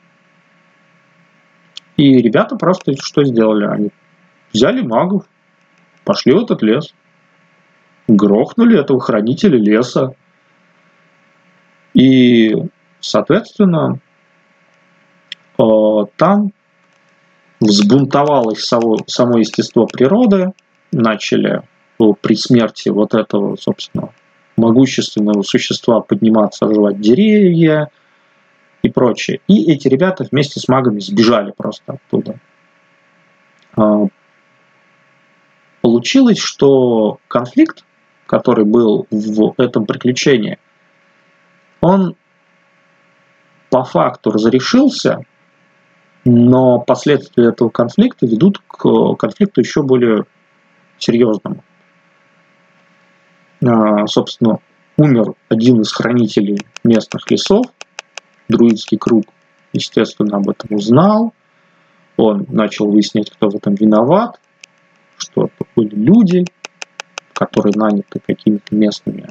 И ребята просто что сделали? Они взяли магов, пошли в этот лес, грохнули этого хранителя леса. И, соответственно, там взбунтовалось само естество природы, начали при смерти вот этого, собственно, могущественного существа подниматься, рвать деревья и прочее. И эти ребята вместе с магами сбежали просто оттуда. Получилось, что конфликт, который был в этом приключении, он по факту разрешился, но последствия этого конфликта ведут к конфликту еще более серьезному. Собственно, умер один из хранителей местных лесов, друидский круг, естественно, об этом узнал, он начал выяснять, кто в этом виноват, что это были люди, которые наняты какими-то местными,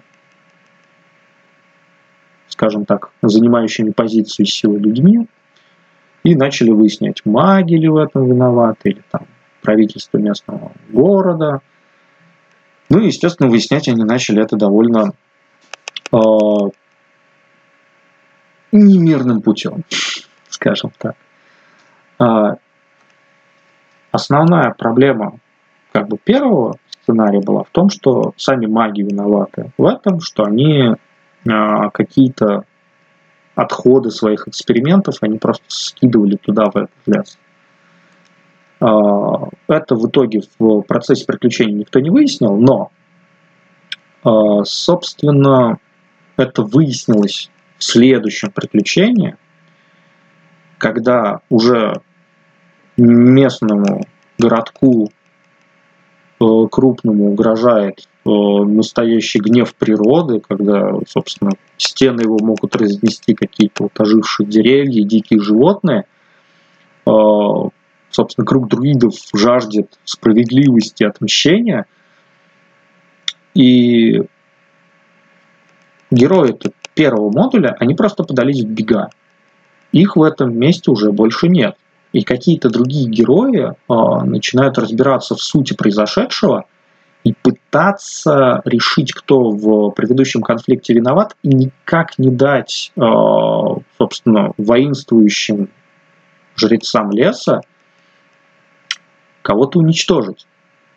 скажем так, занимающими позицию силы людьми, и начали выяснять, маги ли в этом виноваты, или там правительство местного города. Ну и, естественно, выяснять они начали это довольно немирным путем, скажем так. Основная проблема как бы первого сценария была в том, что сами маги виноваты в этом, что они какие-то отходы своих экспериментов они просто скидывали туда, в этот лес. Это в итоге в процессе приключений никто не выяснил, но, собственно, это выяснилось в следующем приключении, когда уже местному городку крупному угрожает настоящий гнев природы, когда, собственно, стены его могут разнести какие-то вот ожившие деревья, дикие животные. Собственно, круг друидов жаждет справедливости и отмщения. И герои первого модуля, они просто подались в бега. Их в этом месте уже больше нет. И какие-то другие герои начинают разбираться в сути произошедшего и пытаться решить, кто в предыдущем конфликте виноват, и никак не дать, собственно, воинствующим жрецам леса кого-то уничтожить.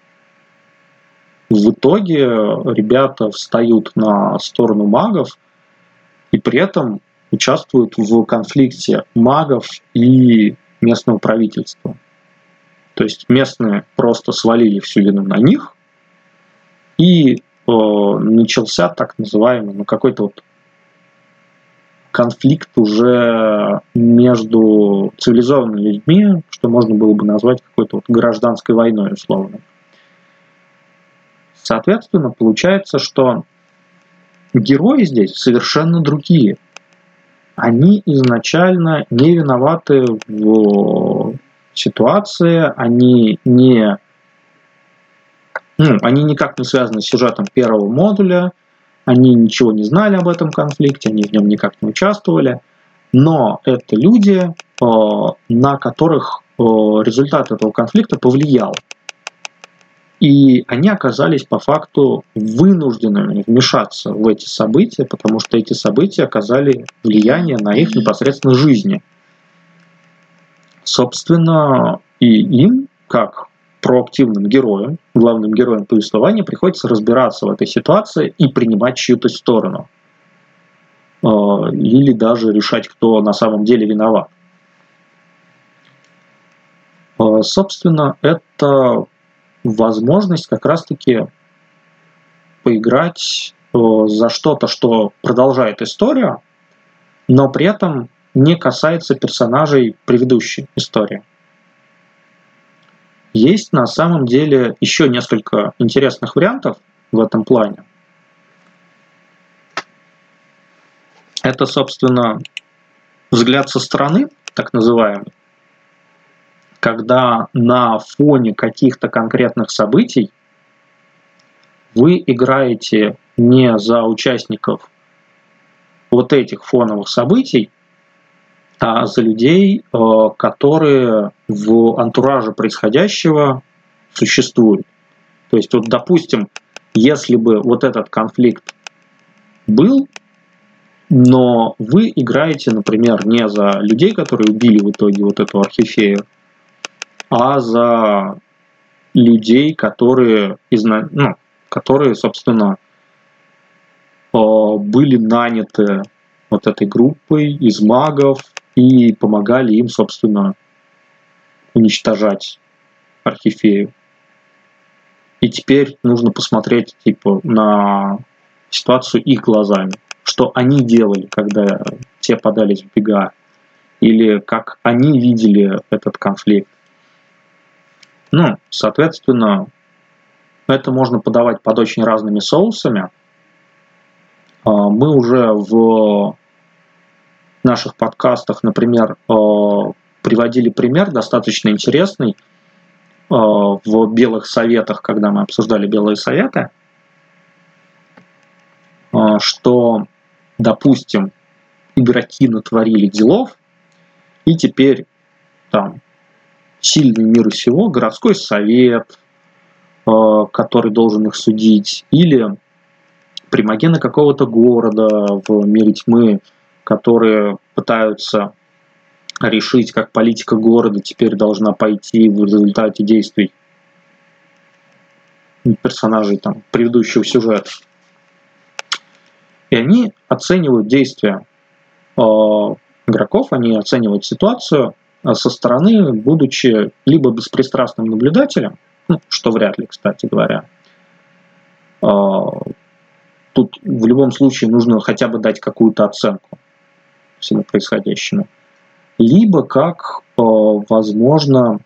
В итоге ребята встают на сторону магов и при этом участвуют в конфликте магов и местного правительства. То есть местные просто свалили всю вину на них, и начался так называемый какой-то вот конфликт уже между цивилизованными людьми, что можно было бы назвать какой-то вот гражданской войной условно. Соответственно, получается, что герои здесь совершенно другие. Они изначально не виноваты в ситуации, они никак не связаны с сюжетом первого модуля, они ничего не знали об этом конфликте, они в нем никак не участвовали, но это люди, на которых результат этого конфликта повлиял. И они оказались по факту вынужденными вмешаться в эти события, потому что эти события оказали влияние на их непосредственно жизни. Собственно, и им, как проактивным героям, главным героям повествования, приходится разбираться в этой ситуации и принимать чью-то сторону. Или даже решать, кто на самом деле виноват. Собственно, это возможность как раз-таки поиграть за что-то, что продолжает историю, но при этом не касается персонажей предыдущей истории. Есть на самом деле еще несколько интересных вариантов в этом плане. Это, собственно, взгляд со стороны, так называемый, когда на фоне каких-то конкретных событий вы играете не за участников вот этих фоновых событий, а за людей, которые в антураже происходящего существуют. То есть, вот, допустим, если бы вот этот конфликт был, но вы играете, например, не за людей, которые убили в итоге вот эту архифею, а за людей, которые, собственно, были наняты вот этой группой из магов и помогали им, собственно, уничтожать архифею. И теперь нужно посмотреть на ситуацию их глазами, что они делали, когда те подались в бега, или как они видели этот конфликт. Соответственно, это можно подавать под очень разными соусами. Мы уже в наших подкастах, например, приводили пример достаточно интересный в «Белых советах», когда мы обсуждали «Белые советы», что, допустим, игроки натворили делов, и теперь там сильный мира сего, городской совет, который должен их судить, или примагены какого-то города в мире тьмы, которые пытаются решить, как политика города теперь должна пойти в результате действий персонажей там предыдущего сюжета. И они оценивают действия игроков, они оценивают ситуацию со стороны, будучи либо беспристрастным наблюдателем, что вряд ли, кстати говоря. Тут в любом случае нужно хотя бы дать какую-то оценку всему происходящему. Либо как, возможно,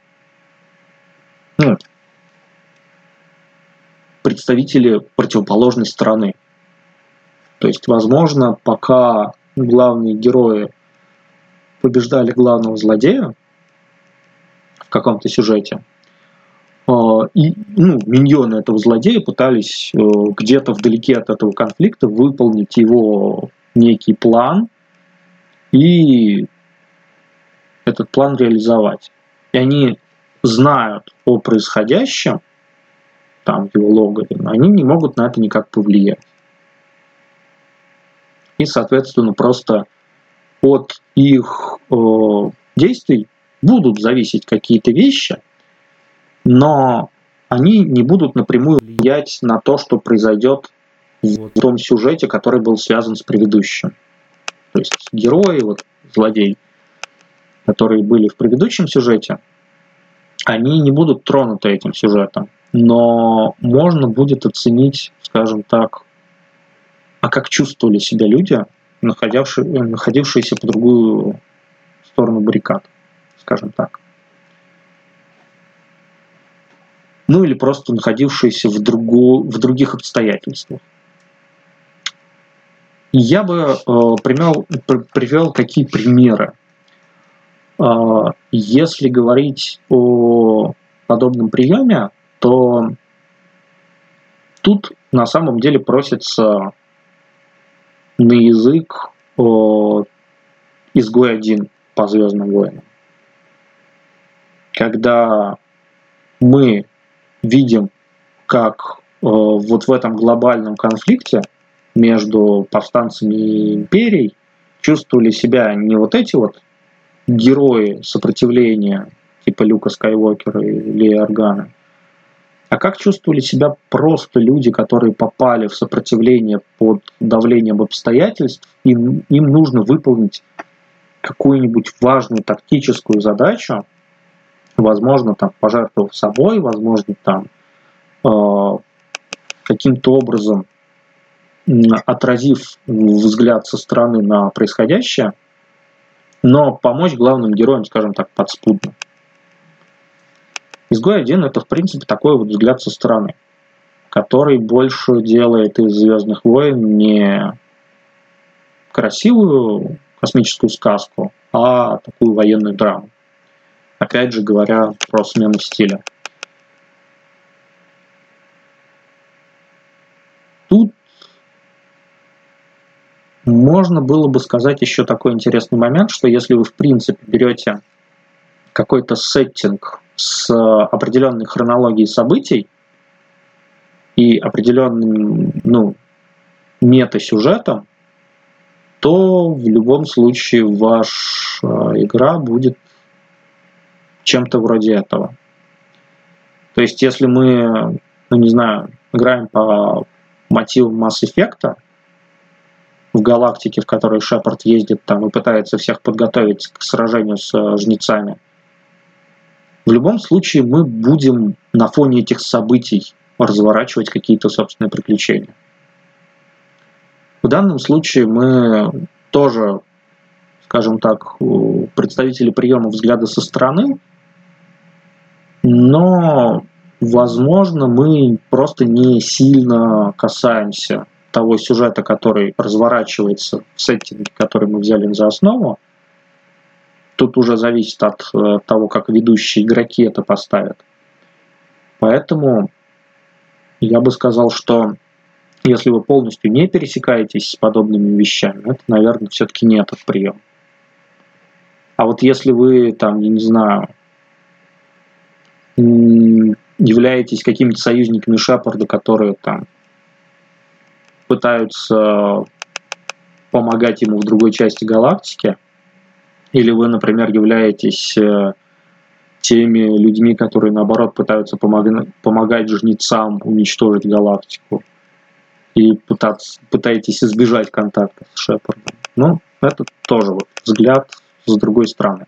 представители противоположной стороны. То есть, возможно, пока главные герои побеждали главного злодея в каком-то сюжете, и миньоны этого злодея пытались где-то вдалеке от этого конфликта выполнить его некий план и этот план реализовать. И они знают о происходящем там в его логове, но они не могут на это никак повлиять. И, соответственно, просто от их действий будут зависеть какие-то вещи, но они не будут напрямую влиять на то, что произойдет в том сюжете, который был связан с предыдущим. То есть герои, злодеи, которые были в предыдущем сюжете, они не будут тронуты этим сюжетом, но можно будет оценить, скажем так, а как чувствовали себя люди, находившиеся по другую сторону баррикад, скажем так. Или просто находившиеся в других обстоятельствах. Я бы привел какие примеры. Если говорить о подобном приеме, то тут на самом деле просится на язык «Изгой один» по «Звездным войнам». Когда мы видим, как вот в этом глобальном конфликте между повстанцами и империей чувствовали себя не вот эти вот герои сопротивления, типа Люка Скайуокера и Леи Органа, а как чувствовали себя просто люди, которые попали в сопротивление под давлением обстоятельств, и им нужно выполнить какую-нибудь важную тактическую задачу, возможно, там, пожертвовав собой, возможно, там, каким-то образом отразив взгляд со стороны на происходящее, но помочь главным героям, скажем так, подспудно. «Изгой один» — это, в принципе, такой вот взгляд со стороны, который больше делает из «Звездных войн» не красивую космическую сказку, а такую военную драму. Опять же говоря про смену стиля. Тут можно было бы сказать еще такой интересный момент, что если вы в принципе берете какой-то сеттинг с определенной хронологией событий и определенным мета-сюжетом, то в любом случае ваша игра будет чем-то вроде этого. То есть если мы, играем по мотивам Mass Effect в галактике, в которой Шепард ездит там и пытается всех подготовить к сражению с жнецами, в любом случае мы будем на фоне этих событий разворачивать какие-то собственные приключения. В данном случае мы тоже, скажем так, представители приема взгляда со стороны, но, возможно, мы просто не сильно касаемся того сюжета, который разворачивается в сеттинге, который мы взяли за основу. Тут уже зависит от того, как ведущие игроки это поставят. Поэтому я бы сказал, что если вы полностью не пересекаетесь с подобными вещами, это, наверное, все-таки не этот прием. А вот если вы, там, я не знаю, являетесь какими-то союзниками Шепарда, которые там пытаются помогать ему в другой части галактики, или вы, например, являетесь теми людьми, которые, наоборот, пытаются помогать жнецам уничтожить галактику, и пытаетесь избежать контакта с Шепардом. Ну, это тоже вот взгляд с другой стороны.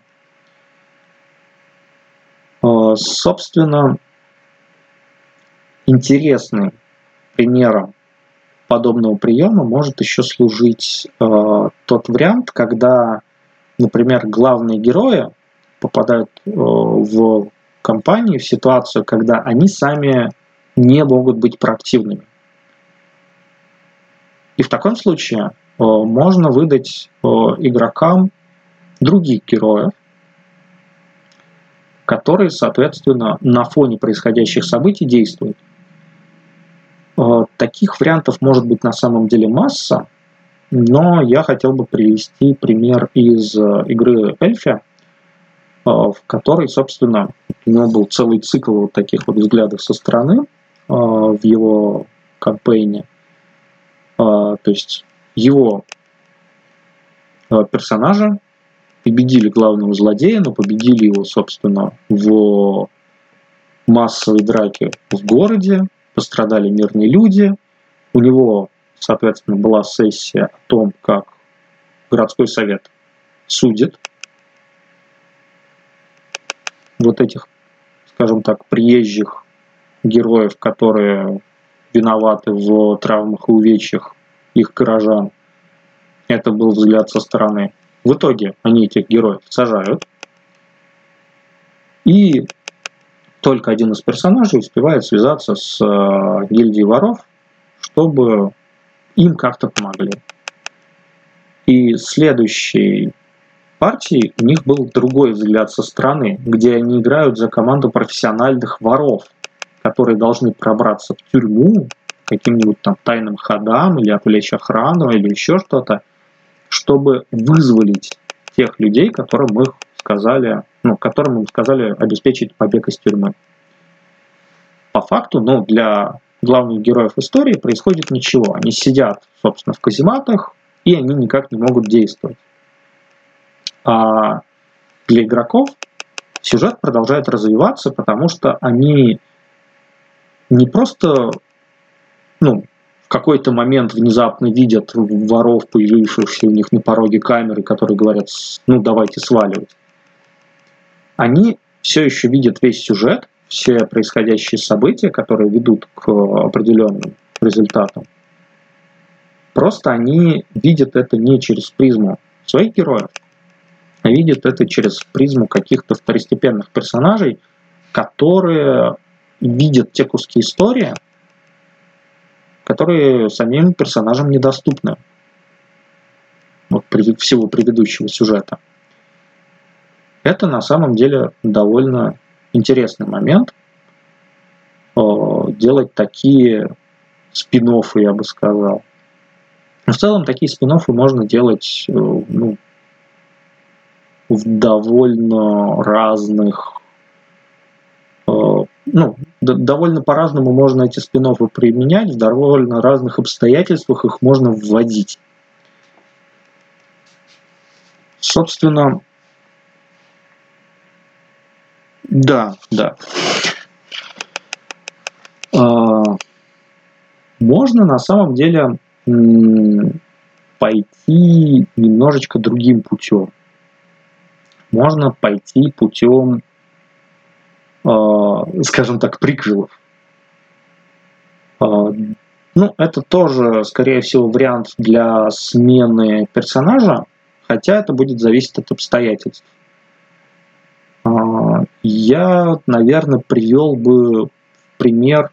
Собственно, интересным примером подобного приема может еще служить тот вариант, когда, например, главные герои попадают в кампанию, в ситуацию, когда они сами не могут быть проактивными. И в таком случае можно выдать игрокам других героев, которые, соответственно, на фоне происходящих событий действуют. Таких вариантов может быть на самом деле масса, но я хотел бы привести пример из игры Эльфи, в которой, собственно, у него был целый цикл вот таких вот взглядов со стороны в его кампейне. То есть его персонажи победили главного злодея, но победили его, собственно, в массовой драке в городе, пострадали мирные люди. У него, соответственно, была сессия о том, как городской совет судит вот этих, скажем так, приезжих героев, которые виноваты в травмах и увечьях их горожан. Это был взгляд со стороны. В итоге они этих героев сажают, и только один из персонажей успевает связаться с гильдией воров, чтобы им как-то помогли. И следующей партии у них был другой взгляд со стороны, где они играют за команду профессиональных воров, которые должны пробраться в тюрьму каким-нибудь там тайным ходам или отвлечь охрану или еще что-то, чтобы вызволить тех людей, которым мы сказали обеспечить побег из тюрьмы. По факту, для главных героев истории происходит ничего. Они сидят, собственно, в казематах, и они никак не могут действовать. А для игроков сюжет продолжает развиваться, потому что они не просто в какой-то момент внезапно видят воров, появившихся у них на пороге камеры, которые говорят: давайте сваливать. Они все еще видят весь сюжет, все происходящие события, которые ведут к определенным результатам. Просто они видят это не через призму своих героев, а видят это через призму каких-то второстепенных персонажей, которые видят те куски истории, которые самим персонажам недоступны. Всего предыдущего сюжета. Это на самом деле довольно интересный момент. Делать такие спин-оффы, я бы сказал. Но в целом такие спин-оффы можно делать в довольно разных... довольно по-разному можно эти спин-оффы применять, в довольно разных обстоятельствах их можно вводить. Собственно, да. Можно на самом деле пойти немножечко другим путем. Можно пойти путем, скажем так, приквелов. Это тоже, скорее всего, вариант для смены персонажа, хотя это будет зависеть от обстоятельств. Я, наверное, привел бы пример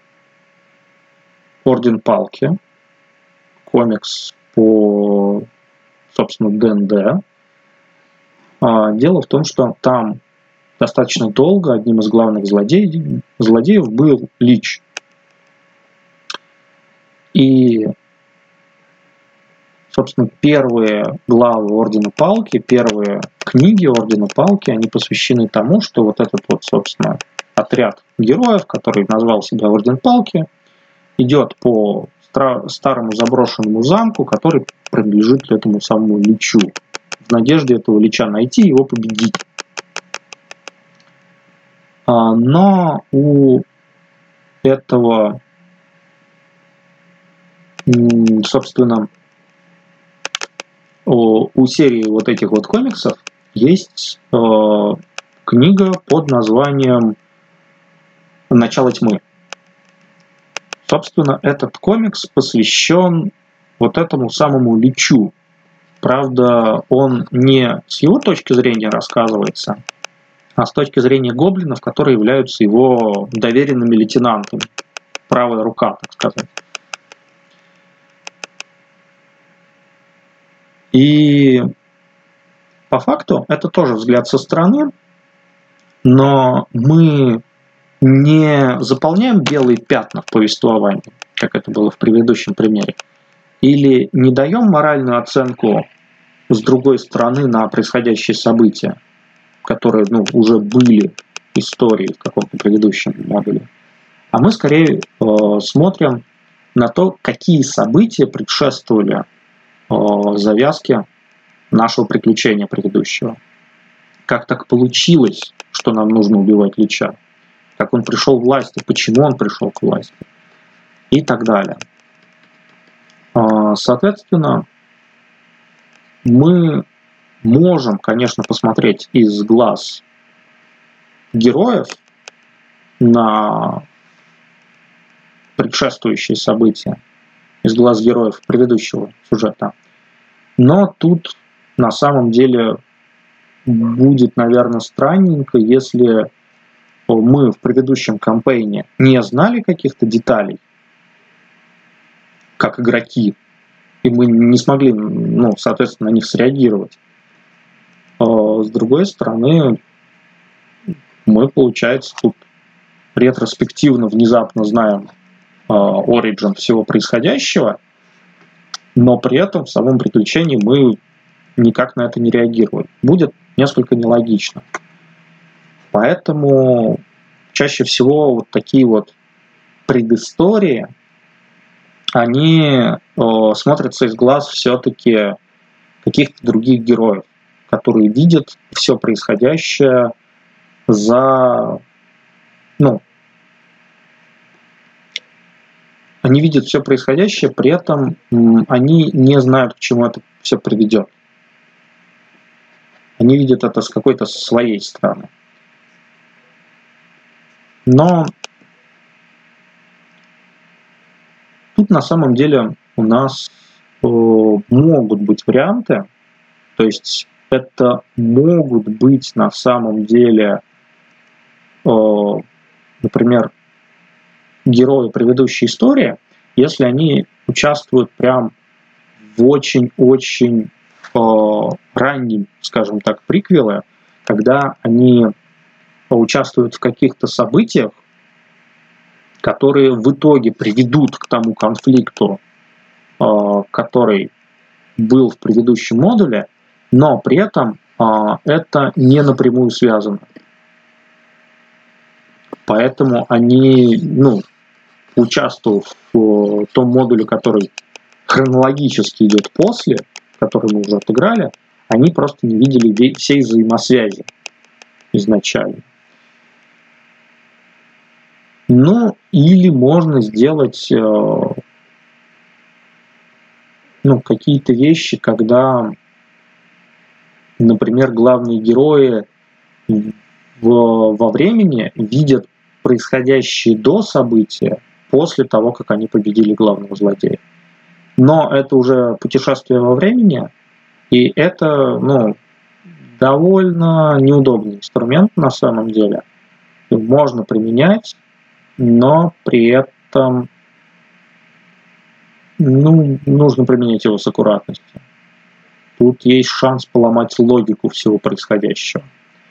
«Орден Палки», комикс по, собственно, ДНД. Дело в том, что там достаточно долго одним из главных злодеев был Лич. И, собственно, первые главы Ордена Палки, первые книги Ордена Палки, они посвящены тому, что этот собственно, отряд героев, который назвал себя Орден Палки, идет по старому заброшенному замку, который принадлежит этому самому Личу, в надежде этого Лича найти и его победить. Но у этого, собственно, у серии этих комиксов есть книга под названием «Начало тьмы». Собственно, этот комикс посвящен этому самому Личу. Правда, он не с его точки зрения рассказывается, а с точки зрения гоблинов, которые являются его доверенными лейтенантами. Правая рука, так сказать. И по факту это тоже взгляд со стороны, но мы не заполняем белые пятна в повествовании, как это было в предыдущем примере, или не даем моральную оценку с другой стороны на происходящие события, которые уже были историей в каком-то предыдущем модуле. А мы скорее смотрим на то, какие события предшествовали завязке нашего приключения предыдущего. Как так получилось, что нам нужно убивать Лича? Как он пришел к власти, почему он пришел к власти? И так далее. Соответственно, мы можем, конечно, посмотреть из глаз героев на предшествующие события, из глаз героев предыдущего сюжета. Но тут на самом деле будет, наверное, странненько, если мы в предыдущем кампейне не знали каких-то деталей, как игроки, и мы не смогли, соответственно, на них среагировать. С другой стороны, мы, получается, тут ретроспективно внезапно знаем origin всего происходящего, но при этом в самом приключении мы никак на это не реагируем. Будет несколько нелогично. Поэтому чаще всего вот такие вот предыстории, они смотрятся из глаз все-таки каких-то других героев, которые видят все происходящее они видят все происходящее, при этом они не знают, к чему это все приведет. Они видят это с какой-то своей стороны. Но тут на самом деле у нас могут быть варианты, то есть это могут быть на самом деле, например, герои предыдущей истории, если они участвуют прям в очень-очень раннем, скажем так, приквеле, когда они участвуют в каких-то событиях, которые в итоге приведут к тому конфликту, который был в предыдущем модуле, но при этом это не напрямую связано. Поэтому они, участвуя в том модуле, который хронологически идет после, который мы уже отыграли, они просто не видели всей взаимосвязи изначально. Или можно сделать какие-то вещи, когда, например, главные герои во времени видят происходящие до события после того, как они победили главного злодея. Но это уже путешествие во времени, и это, довольно неудобный инструмент на самом деле. Можно применять, но при этом нужно применять его с аккуратностью. Тут есть шанс поломать логику всего происходящего.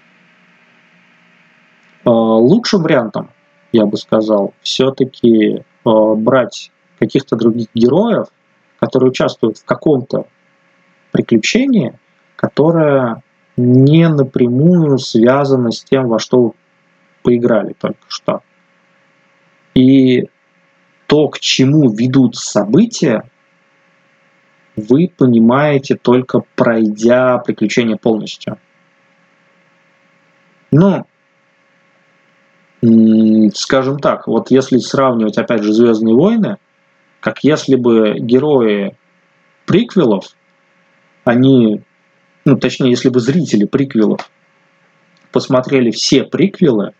Лучшим вариантом, я бы сказал, все-таки брать каких-то других героев, которые участвуют в каком-то приключении, которое не напрямую связано с тем, во что вы поиграли только что. И то, к чему ведут события, вы понимаете, только пройдя приключение полностью. Скажем так, вот если сравнивать, опять же, «Звездные войны», как если бы герои приквелов, они, точнее, если бы зрители приквелов посмотрели все приквелы,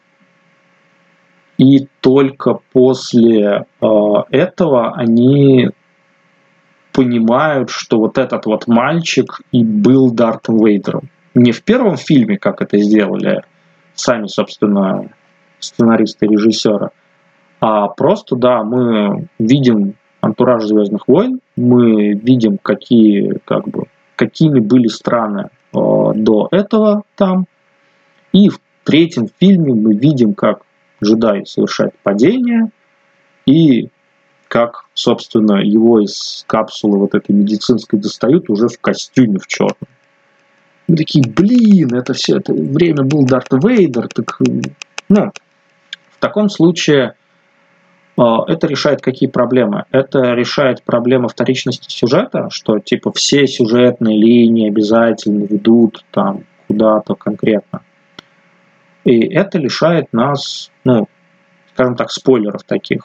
и только после этого они понимают, что вот этот вот мальчик и был Дартом Вейдером. Не в первом фильме, как это сделали сами, собственно, сценаристы и режиссеры, а просто, да, мы видим антураж «Звездных войн», мы видим, какими были страны до этого там, и в третьем фильме мы видим, как джедай совершает падение, и как, собственно, его из капсулы вот этой медицинской достают уже в костюме в черном. Мы такие, это все это время был Дарт Вейдер, так, в таком случае это решает какие проблемы? Это решает проблемы вторичности сюжета, что типа все сюжетные линии обязательно ведут там куда-то конкретно. И это лишает нас, скажем так, спойлеров таких.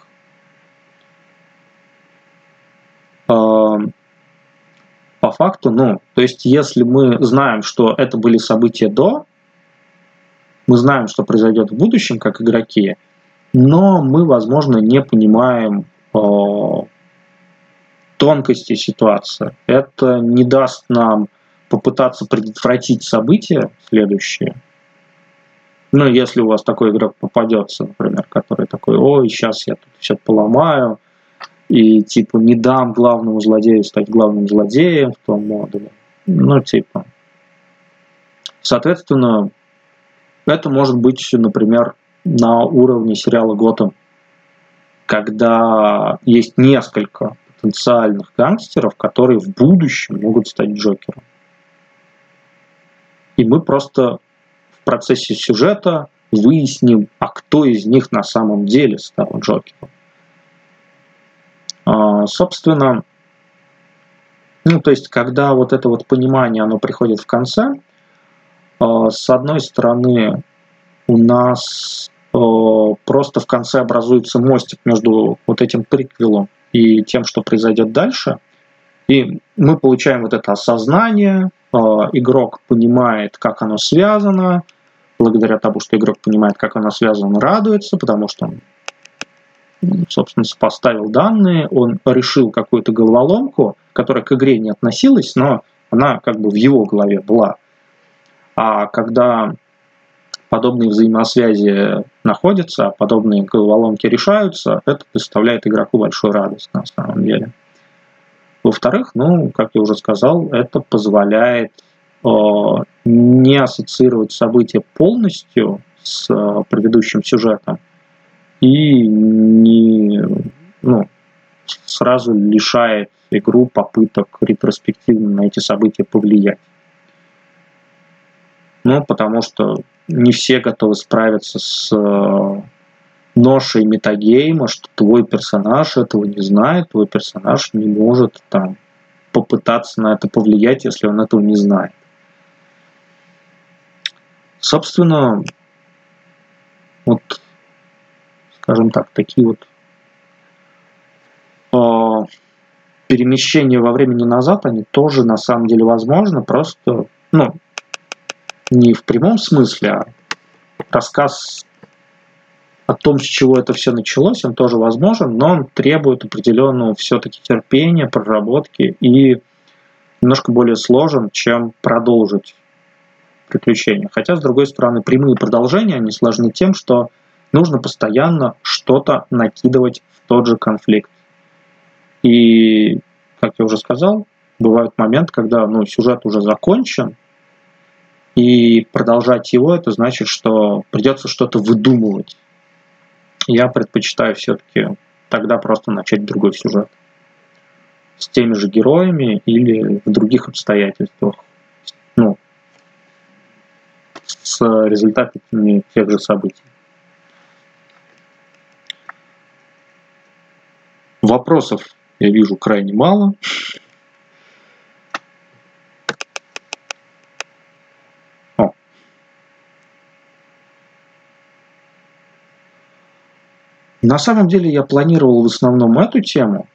По факту, то есть если мы знаем, что это были события до, мы знаем, что произойдет в будущем, как игроки, но мы, возможно, не понимаем тонкости ситуации. Это не даст нам попытаться предотвратить события следующие. Если у вас такой игрок попадется, например, который такой, сейчас я тут все поломаю, и типа не дам главному злодею стать главным злодеем в том модуле. Соответственно, это может быть, например, на уровне сериала «Готэм». когда есть несколько потенциальных гангстеров, которые в будущем могут стать Джокером. И мы просто в процессе сюжета выясним, а кто из них на самом деле стал Джокером. Собственно, то есть, когда вот это вот понимание, оно приходит в конце, с одной стороны, у нас просто в конце образуется мостик между вот этим приквелом и тем, что произойдет дальше, и мы получаем вот это осознание, игрок понимает, как оно связано, благодаря тому, что игрок понимает, как оно связано, он радуется, потому что он, собственно, сопоставил данные, он решил какую-то головоломку, которая к игре не относилась, но она как бы в его голове была. А когда подобные взаимосвязи находятся, подобные головоломки решаются, это доставляет игроку большую радость на самом деле. Во-вторых, как я уже сказал, это позволяет не ассоциировать события полностью с предыдущим сюжетом и не, сразу лишает игру попыток ретроспективно на эти события повлиять. Потому что не все готовы справиться с ношей метагейма, что твой персонаж этого не знает, твой персонаж не может там попытаться на это повлиять, если он этого не знает. Собственно, вот, скажем так, такие вот перемещения во времени назад, они тоже на самом деле возможны, просто, не в прямом смысле, а рассказ о том, с чего это все началось, он тоже возможен, но он требует определенного все-таки терпения, проработки и немножко более сложен, чем продолжить приключения. Хотя, с другой стороны, прямые продолжения, они сложны тем, что нужно постоянно что-то накидывать в тот же конфликт. И, как я уже сказал, бывает момент, когда сюжет уже закончен, и продолжать его, это значит, что придется что-то выдумывать. Я предпочитаю все-таки тогда просто начать другой сюжет. С теми же героями или в других обстоятельствах. С результатами тех же событий. Вопросов я вижу крайне мало. На самом деле я планировал в основном эту тему.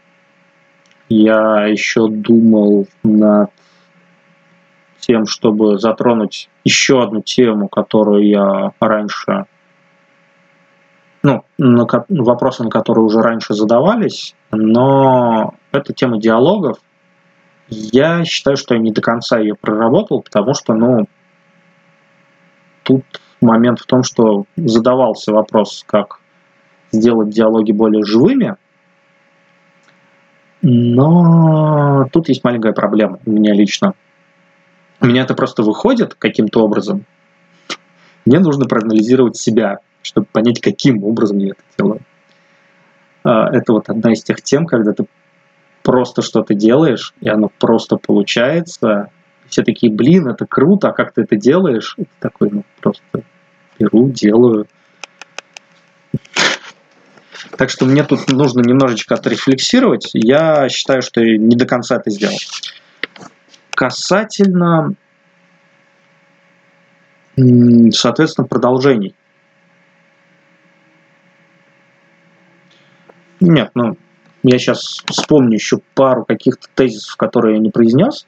Я еще думал над тем, чтобы затронуть еще одну тему, которую я раньше... вопросы, на которые уже раньше задавались, но это тема диалогов. Я считаю, что я не до конца ее проработал, потому что, тут момент в том, что задавался вопрос, как сделать диалоги более живыми, но тут есть маленькая проблема у меня лично. У меня это просто выходит каким-то образом. Мне нужно проанализировать себя, чтобы понять, каким образом я это делаю. Это вот одна из тех тем, когда ты просто что-то делаешь, и оно просто получается. Все такие, блин, это круто, а как ты это делаешь? И ты такой, просто беру, делаю. Так что мне тут нужно немножечко отрефлексировать. Я считаю, что я не до конца это сделал. Касательно, соответственно, продолжений. Нет, я сейчас вспомню еще пару каких-то тезисов, которые я не произнес.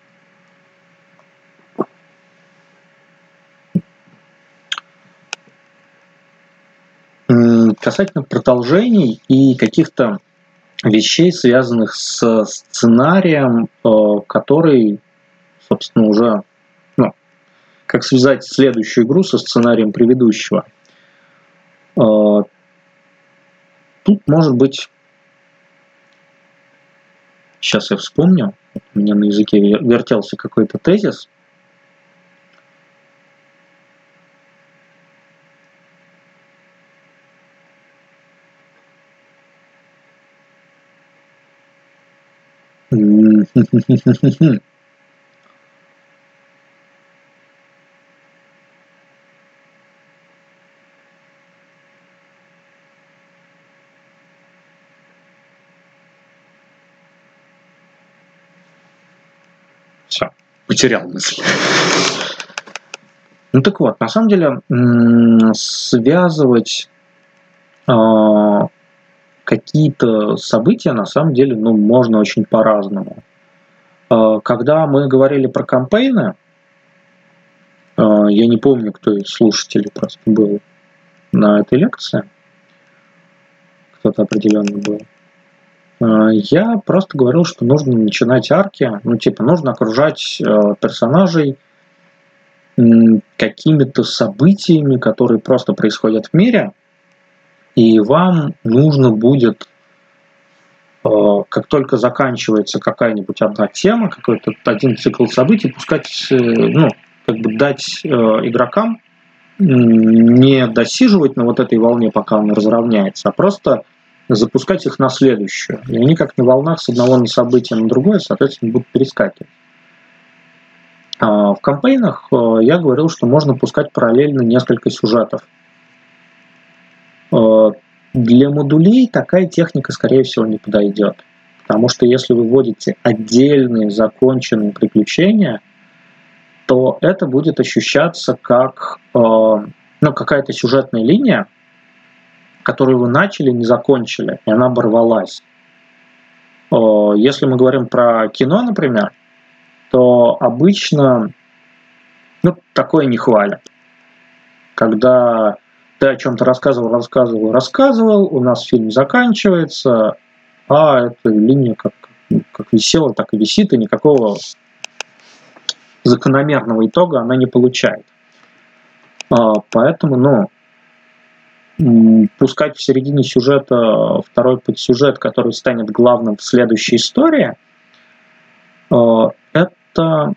Касательно продолжений и каких-то вещей, связанных с сценарием, который, собственно, уже, как связать следующую игру со сценарием предыдущего. Тут, может быть, сейчас я вспомню, у меня на языке вертелся какой-то тезис. Все, потерял мысль. Ну так вот, на самом деле связывать какие-то события на самом деле можно очень по-разному. Когда мы говорили про кампейны, я не помню, кто из слушателей просто был на этой лекции, кто-то определенно был. Я просто говорил, что нужно начинать арки, нужно окружать персонажей какими-то событиями, которые просто происходят в мире, и вам нужно будет, как только заканчивается какая-нибудь одна тема, какой-то один цикл событий, дать игрокам не досиживать на вот этой волне, пока она разровняется, а просто запускать их на следующую. И они как на волнах с одного события на другое, соответственно, будут перескакивать. В кампейнах я говорил, что можно пускать параллельно несколько сюжетов. Для модулей такая техника, скорее всего, не подойдет. Потому что если вы вводите отдельные законченные приключения, то это будет ощущаться как какая-то сюжетная линия, которую вы начали, не закончили, и она оборвалась. Если мы говорим про кино, например, то обычно такое не хвалят. Когда ты о чем-то рассказывал, у нас фильм заканчивается, а эта линия как висела, так и висит, и никакого закономерного итога она не получает. Поэтому, пускать в середине сюжета второй подсюжет, который станет главным в следующей истории, это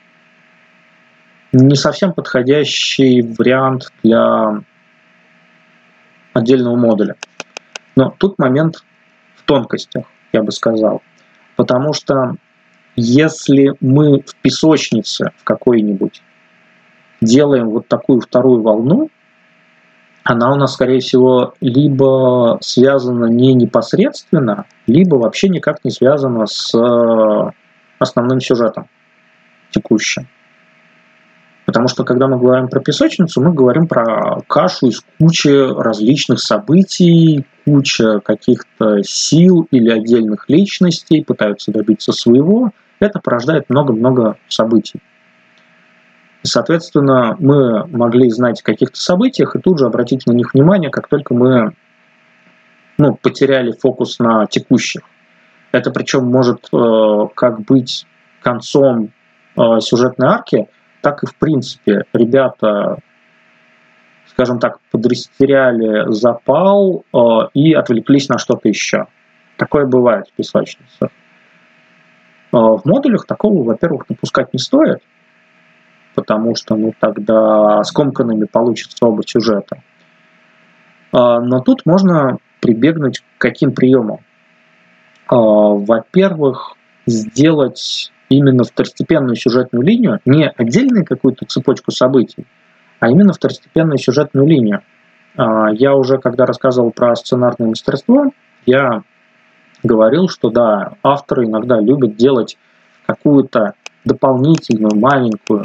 не совсем подходящий вариант для отдельного модуля. Но тут момент в тонкостях, я бы сказал. Потому что если мы в песочнице в какой-нибудь делаем вот такую вторую волну, она у нас, скорее всего, либо связана не непосредственно, либо вообще никак не связана с основным сюжетом текущим. Потому что, когда мы говорим про песочницу, мы говорим про кашу из кучи различных событий, куча каких-то сил или отдельных личностей пытаются добиться своего. Это порождает много-много событий. И, соответственно, мы могли знать о каких-то событиях и тут же обратить на них внимание, как только мы потеряли фокус на текущих. Это причем может как быть концом сюжетной арки, так и в принципе ребята, скажем так, подрастеряли запал и отвлеклись на что-то еще. Такое бывает в песочницах. В модулях такого, во-первых, допускать не стоит, потому что тогда скомканными получатся оба сюжета. Но тут можно прибегнуть к каким приемам. Во-первых, сделать именно второстепенную сюжетную линию, не отдельную какую-то цепочку событий, а именно второстепенную сюжетную линию. Я уже, когда рассказывал про сценарное мастерство, я говорил, что да, авторы иногда любят делать какую-то дополнительную, маленькую,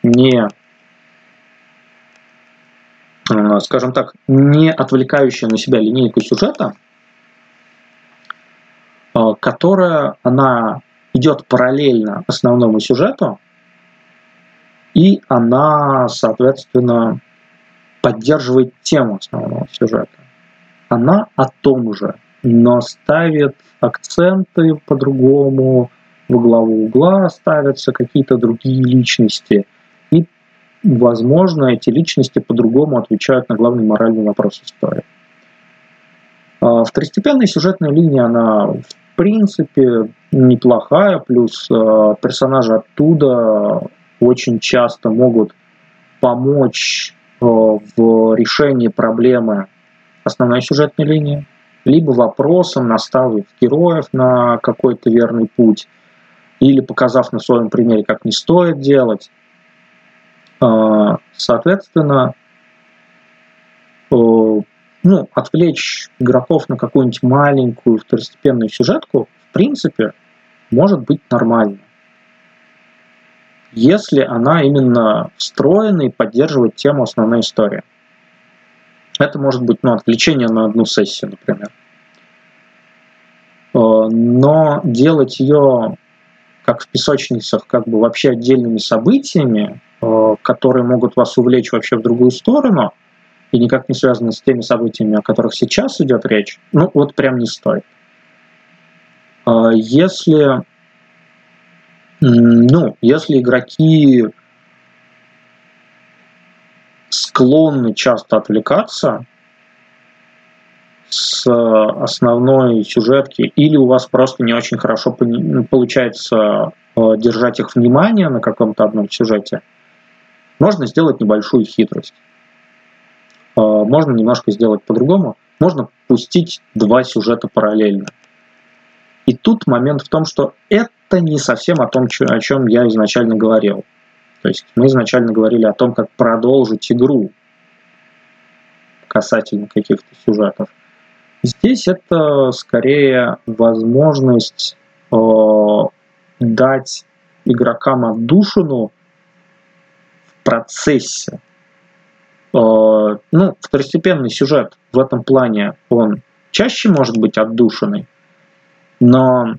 скажем так, не отвлекающую на себя линейку сюжета, которая, она идет параллельно основному сюжету, и она, соответственно, поддерживает тему основного сюжета. Она о том же, но ставит акценты по-другому, во главу угла ставятся какие-то другие личности, и, возможно, эти личности по-другому отвечают на главный моральный вопрос истории. Второстепенная сюжетная линия, она в принципе неплохая, плюс персонажи оттуда очень часто могут помочь в решении проблемы основной сюжетной линии, либо вопросом наставив героев на какой-то верный путь. или показав на своем примере, как не стоит делать. Соответственно, отвлечь игроков на какую-нибудь маленькую второстепенную сюжетку, в принципе, может быть нормально, если она именно встроена и поддерживает тему основной истории. Это может быть отвлечение на одну сессию, например. Но делать ее, как в песочницах, как бы вообще отдельными событиями, которые могут вас увлечь вообще в другую сторону, и никак не связаны с теми событиями, о которых сейчас идет речь, прям не стоит. Если игроки склонны часто отвлекаться с основной сюжетки, или у вас просто не очень хорошо получается держать их внимание на каком-то одном сюжете, можно сделать небольшую хитрость. Можно немножко сделать по-другому. Можно пустить два сюжета параллельно. И тут момент в том, что это не совсем о том, о чем я изначально говорил. То есть мы изначально говорили о том, как продолжить игру касательно каких-то сюжетов. Здесь это скорее возможность дать игрокам отдушину в процессе. Второстепенный сюжет в этом плане, он чаще может быть отдушиной, но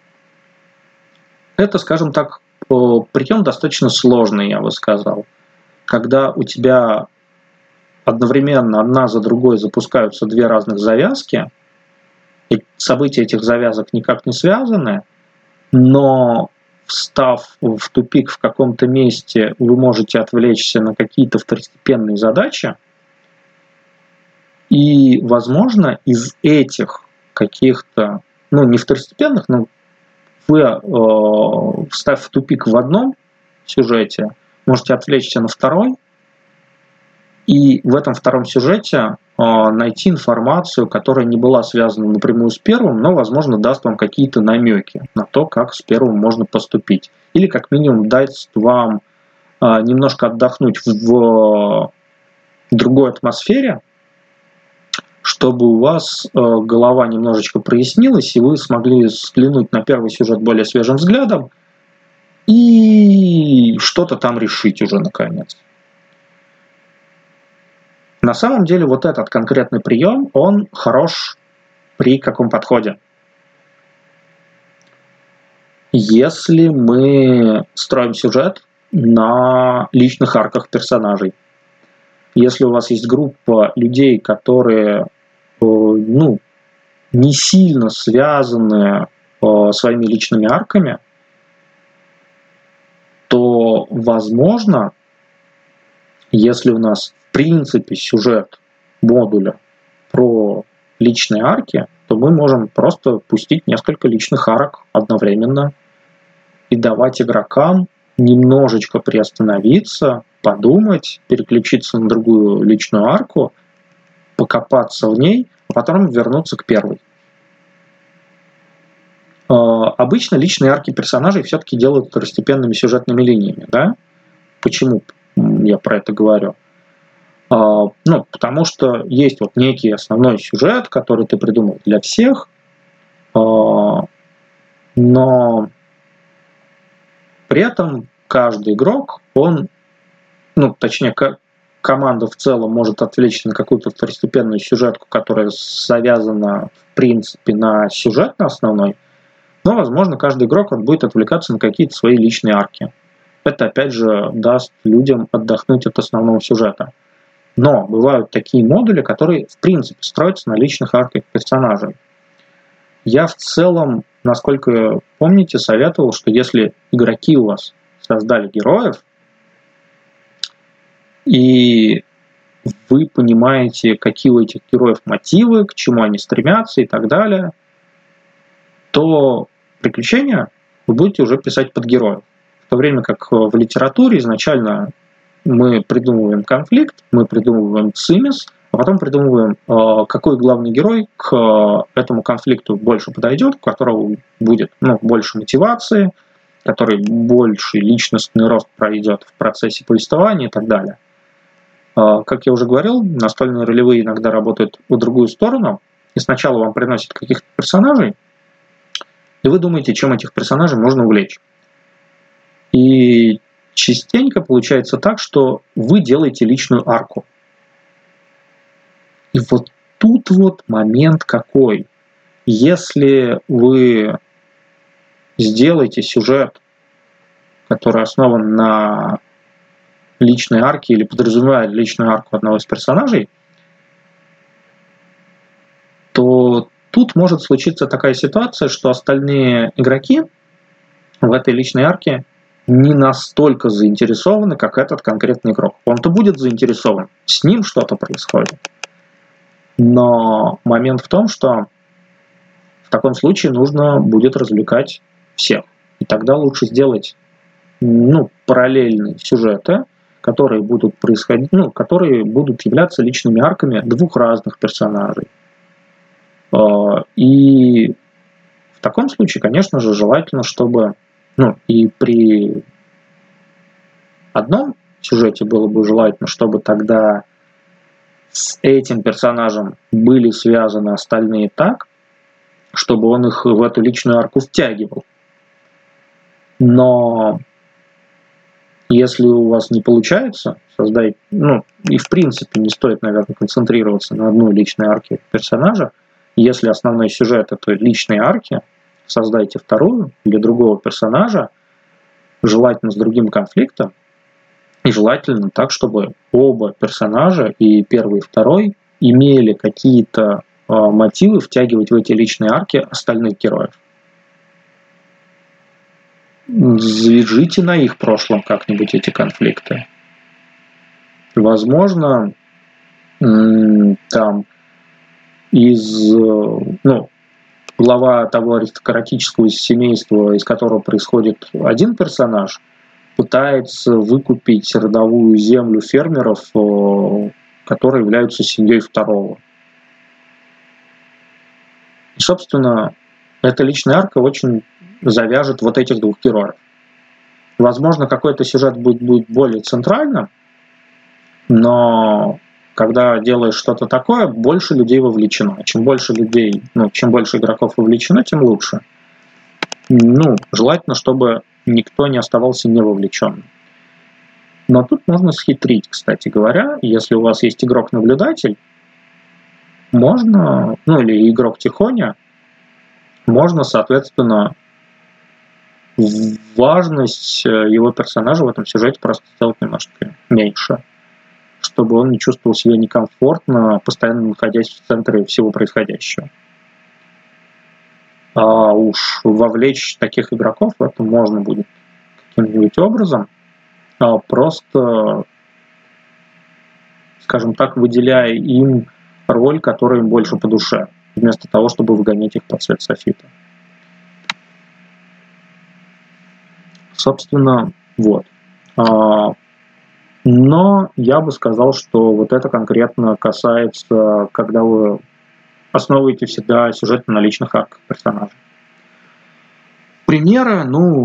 это, скажем так, прием достаточно сложный, я бы сказал. Когда у тебя одновременно одна за другой запускаются две разных завязки, и события этих завязок никак не связаны, но встав в тупик в каком-то месте, вы можете отвлечься на какие-то второстепенные задачи, и, возможно, из этих каких-то, не второстепенных, но вы, встав в тупик в одном сюжете, можете отвлечься на второй, и в этом втором сюжете найти информацию, которая не была связана напрямую с первым, но, возможно, даст вам какие-то намеки на то, как с первым можно поступить. Или, как минимум, даст вам немножко отдохнуть в другой атмосфере, чтобы у вас голова немножечко прояснилась, и вы смогли взглянуть на первый сюжет более свежим взглядом и что-то там решить уже наконец. На самом деле вот этот конкретный прием, он хорош при каком подходе? Если мы строим сюжет на личных арках персонажей. Если у вас есть группа людей, которые не сильно связаны своими личными арками, то, возможно, если у нас в принципе сюжет модуля про личные арки, то мы можем просто пустить несколько личных арок одновременно и давать игрокам немножечко приостановиться, подумать, переключиться на другую личную арку, покопаться в ней, а потом вернуться к первой. Обычно личные арки персонажей все-таки делают второстепенными сюжетными линиями, да? Почему я про это говорю? Потому что есть вот некий основной сюжет, который ты придумал для всех, но при этом каждый игрок, команда в целом может отвлечься на какую-то второстепенную сюжетку, которая завязана, в принципе, на сюжет на основной, но, возможно, каждый игрок будет отвлекаться на какие-то свои личные арки. Это, опять же, даст людям отдохнуть от основного сюжета. Но бывают такие модули, которые, в принципе, строятся на личных арках персонажей. Я в целом, насколько помните, советовал, что если игроки у вас создали героев, и вы понимаете, какие у этих героев мотивы, к чему они стремятся и так далее, то приключения вы будете уже писать под героев. В то время как в литературе изначально мы придумываем конфликт, мы придумываем цимис, а потом придумываем, какой главный герой к этому конфликту больше подойдет, у которого будет больше мотивации, который больший личностный рост пройдет в процессе повествования и так далее. Как я уже говорил, настольные ролевые иногда работают в другую сторону, и сначала вам приносят каких-то персонажей, и вы думаете, чем этих персонажей можно увлечь. И частенько получается так, что вы делаете личную арку. И вот тут вот момент какой. Если вы сделаете сюжет, который основан на личной арке или подразумевает личную арку одного из персонажей, то тут может случиться такая ситуация, что остальные игроки в этой личной арке не настолько заинтересованы, как этот конкретный игрок. Он-то будет заинтересован, с ним что-то происходит. Но момент в том, что в таком случае нужно будет развлекать всех. И тогда лучше сделать параллельные сюжеты, которые будут происходить, которые будут являться личными арками двух разных персонажей. И в таком случае, конечно же, желательно, чтобы и при одном сюжете было бы желательно, чтобы тогда с этим персонажем были связаны остальные так, чтобы он их в эту личную арку втягивал. Но если у вас не получается создать, и в принципе не стоит, наверное, концентрироваться на одной личной арке персонажа, если основной сюжет это личные арки, создайте вторую для другого персонажа, желательно с другим конфликтом, и желательно так, чтобы оба персонажа, и первый, и второй, имели какие-то мотивы втягивать в эти личные арки остальных героев. Завяжите на их прошлом как-нибудь эти конфликты. Возможно, там глава того аристократического семейства, из которого происходит один персонаж, пытается выкупить родовую землю фермеров, которые являются семьей второго. И, собственно, эта личная арка очень завяжет вот этих двух героев. Возможно, какой-то сюжет будет более центральным, но когда делаешь что-то такое, больше людей вовлечено. Чем больше людей, чем больше игроков вовлечено, тем лучше. Желательно, чтобы никто не оставался невовлеченным. Но тут можно схитрить, кстати говоря. Если у вас есть игрок-наблюдатель, можно, или игрок-тихоня, можно, соответственно, важность его персонажа в этом сюжете просто сделать немножко меньше, чтобы он не чувствовал себя некомфортно, постоянно находясь в центре всего происходящего. А уж вовлечь таких игроков в это можно будет каким-нибудь образом, просто, скажем так, выделяя им роль, которая им больше по душе, вместо того, чтобы выгонять их под цвет софита. Собственно, вот. Но я бы сказал, что вот это конкретно касается, когда вы основываете всегда сюжет на личных арках персонажей. Примеры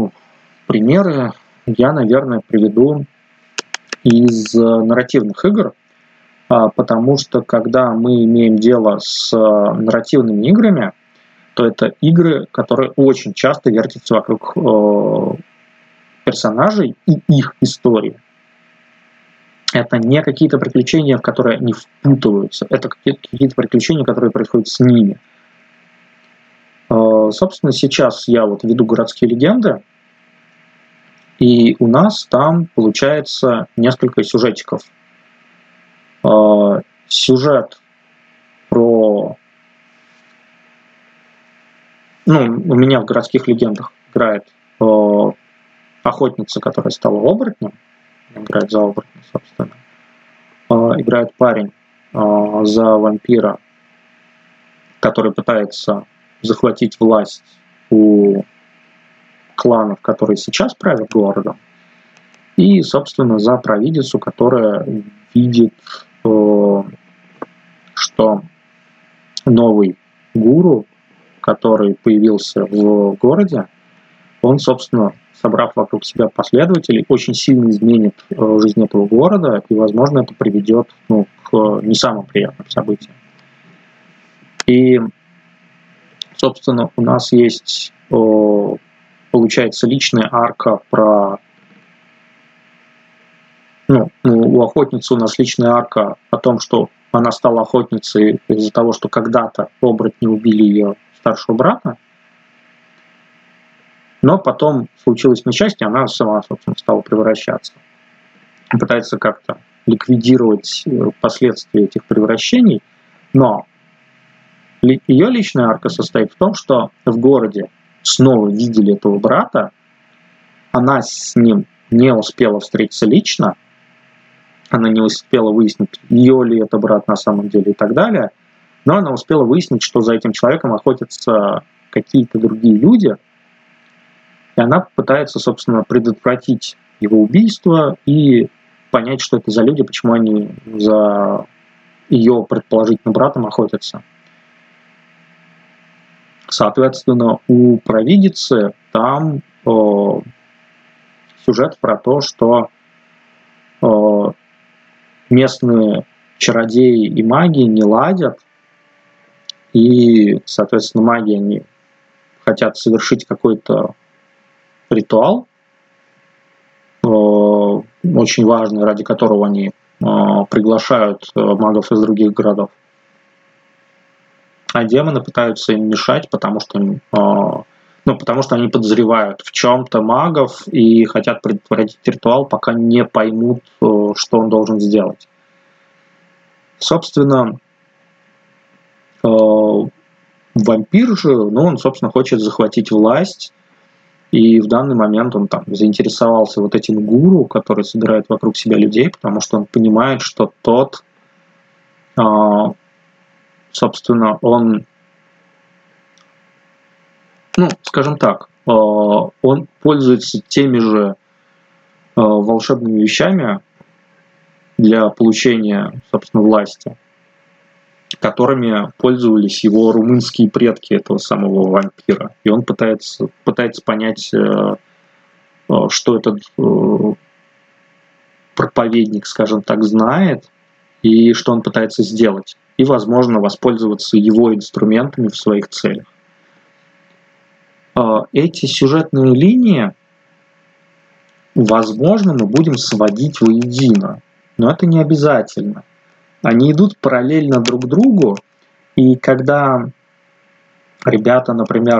я, наверное, приведу из нарративных игр, потому что когда мы имеем дело с нарративными играми, то это игры, которые очень часто вертятся вокруг персонажей и их истории. Это не какие-то приключения, в которые они впутываются, это какие-то приключения, которые происходят с ними. Собственно, сейчас я веду городские легенды, и у нас там получается несколько сюжетиков. Сюжет про... у меня в городских легендах играет охотница, которая стала оборотнем, играет за оборотня, собственно. Играет парень за вампира, который пытается захватить власть у кланов, которые сейчас правят городом. И, собственно, за провидицу, которая видит, что новый гуру, который появился в городе, он, собственно, собрав вокруг себя последователей, очень сильно изменит жизнь этого города, и, возможно, это приведет к не самым приятным событиям. И, собственно, у нас есть, получается, личная арка про... у охотницы у нас личная арка о том, что она стала охотницей из-за того, что когда-то оборотни убили ее старшего брата, но потом случилось несчастье, она сама, собственно, стала превращаться. Пытается как-то ликвидировать последствия этих превращений, но ее личная арка состоит в том, что в городе снова видели этого брата, она с ним не успела встретиться лично, она не успела выяснить, ее ли это брат на самом деле и так далее, но она успела выяснить, что за этим человеком охотятся какие-то другие люди, и она пытается, собственно, предотвратить его убийство и понять, что это за люди, почему они за ее предположительным братом охотятся. Соответственно, у провидицы там сюжет про то, что местные чародеи и маги не ладят, и, соответственно, маги, они хотят совершить какой-то ритуал, очень важный, ради которого они приглашают магов из других городов. А демоны пытаются им мешать, потому что они подозревают в чем-то магов и хотят предотвратить ритуал, пока не поймут, что он должен сделать. Собственно, вампир же, он, собственно, хочет захватить власть, и в данный момент он там заинтересовался вот этим гуру, который собирает вокруг себя людей, потому что он понимает, что тот, собственно, он, скажем так, он пользуется теми же волшебными вещами для получения, собственно, власти, которыми пользовались его румынские предки, этого самого вампира. И он пытается понять, что этот проповедник, скажем так, знает, и что он пытается сделать. И, возможно, воспользоваться его инструментами в своих целях. Эти сюжетные линии, возможно, мы будем сводить воедино, но это не обязательно. Они идут параллельно друг другу, и когда ребята, например,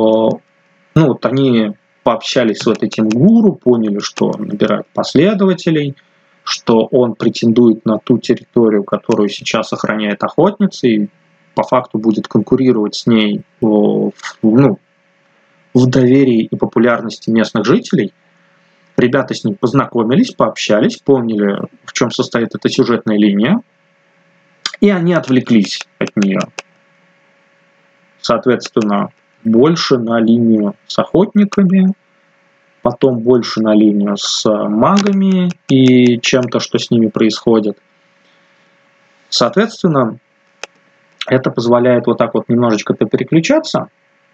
они пообщались с вот этим гуру, поняли, что он набирает последователей, что он претендует на ту территорию, которую сейчас охраняет охотница, и по факту будет конкурировать с ней в доверии и популярности местных жителей. Ребята с ним познакомились, пообщались, поняли, в чем состоит эта сюжетная линия, и они отвлеклись от нее. Соответственно, больше на линию с охотниками, потом больше на линию с магами и чем-то, что с ними происходит. Соответственно, это позволяет вот так вот немножечко-то переключаться,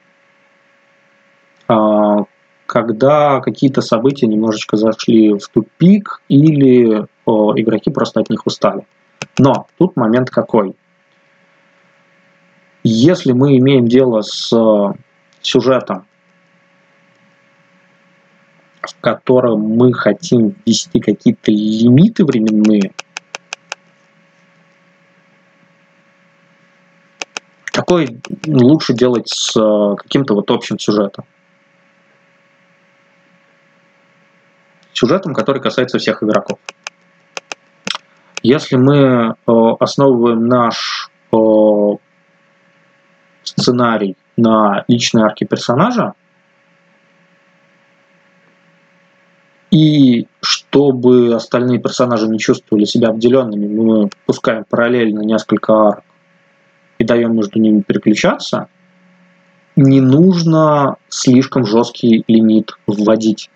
когда какие-то события немножечко зашли в тупик или игроки просто от них устали. Но тут момент какой. Если мы имеем дело с сюжетом, в котором мы хотим ввести какие-то лимиты временные, такой лучше делать с каким-то вот общим сюжетом. Сюжетом, который касается всех игроков. Если мы основываем наш сценарий на личной арке персонажа, и чтобы остальные персонажи не чувствовали себя обделенными, мы пускаем параллельно несколько арок и даем между ними переключаться, не нужно слишком жесткий лимит вводить.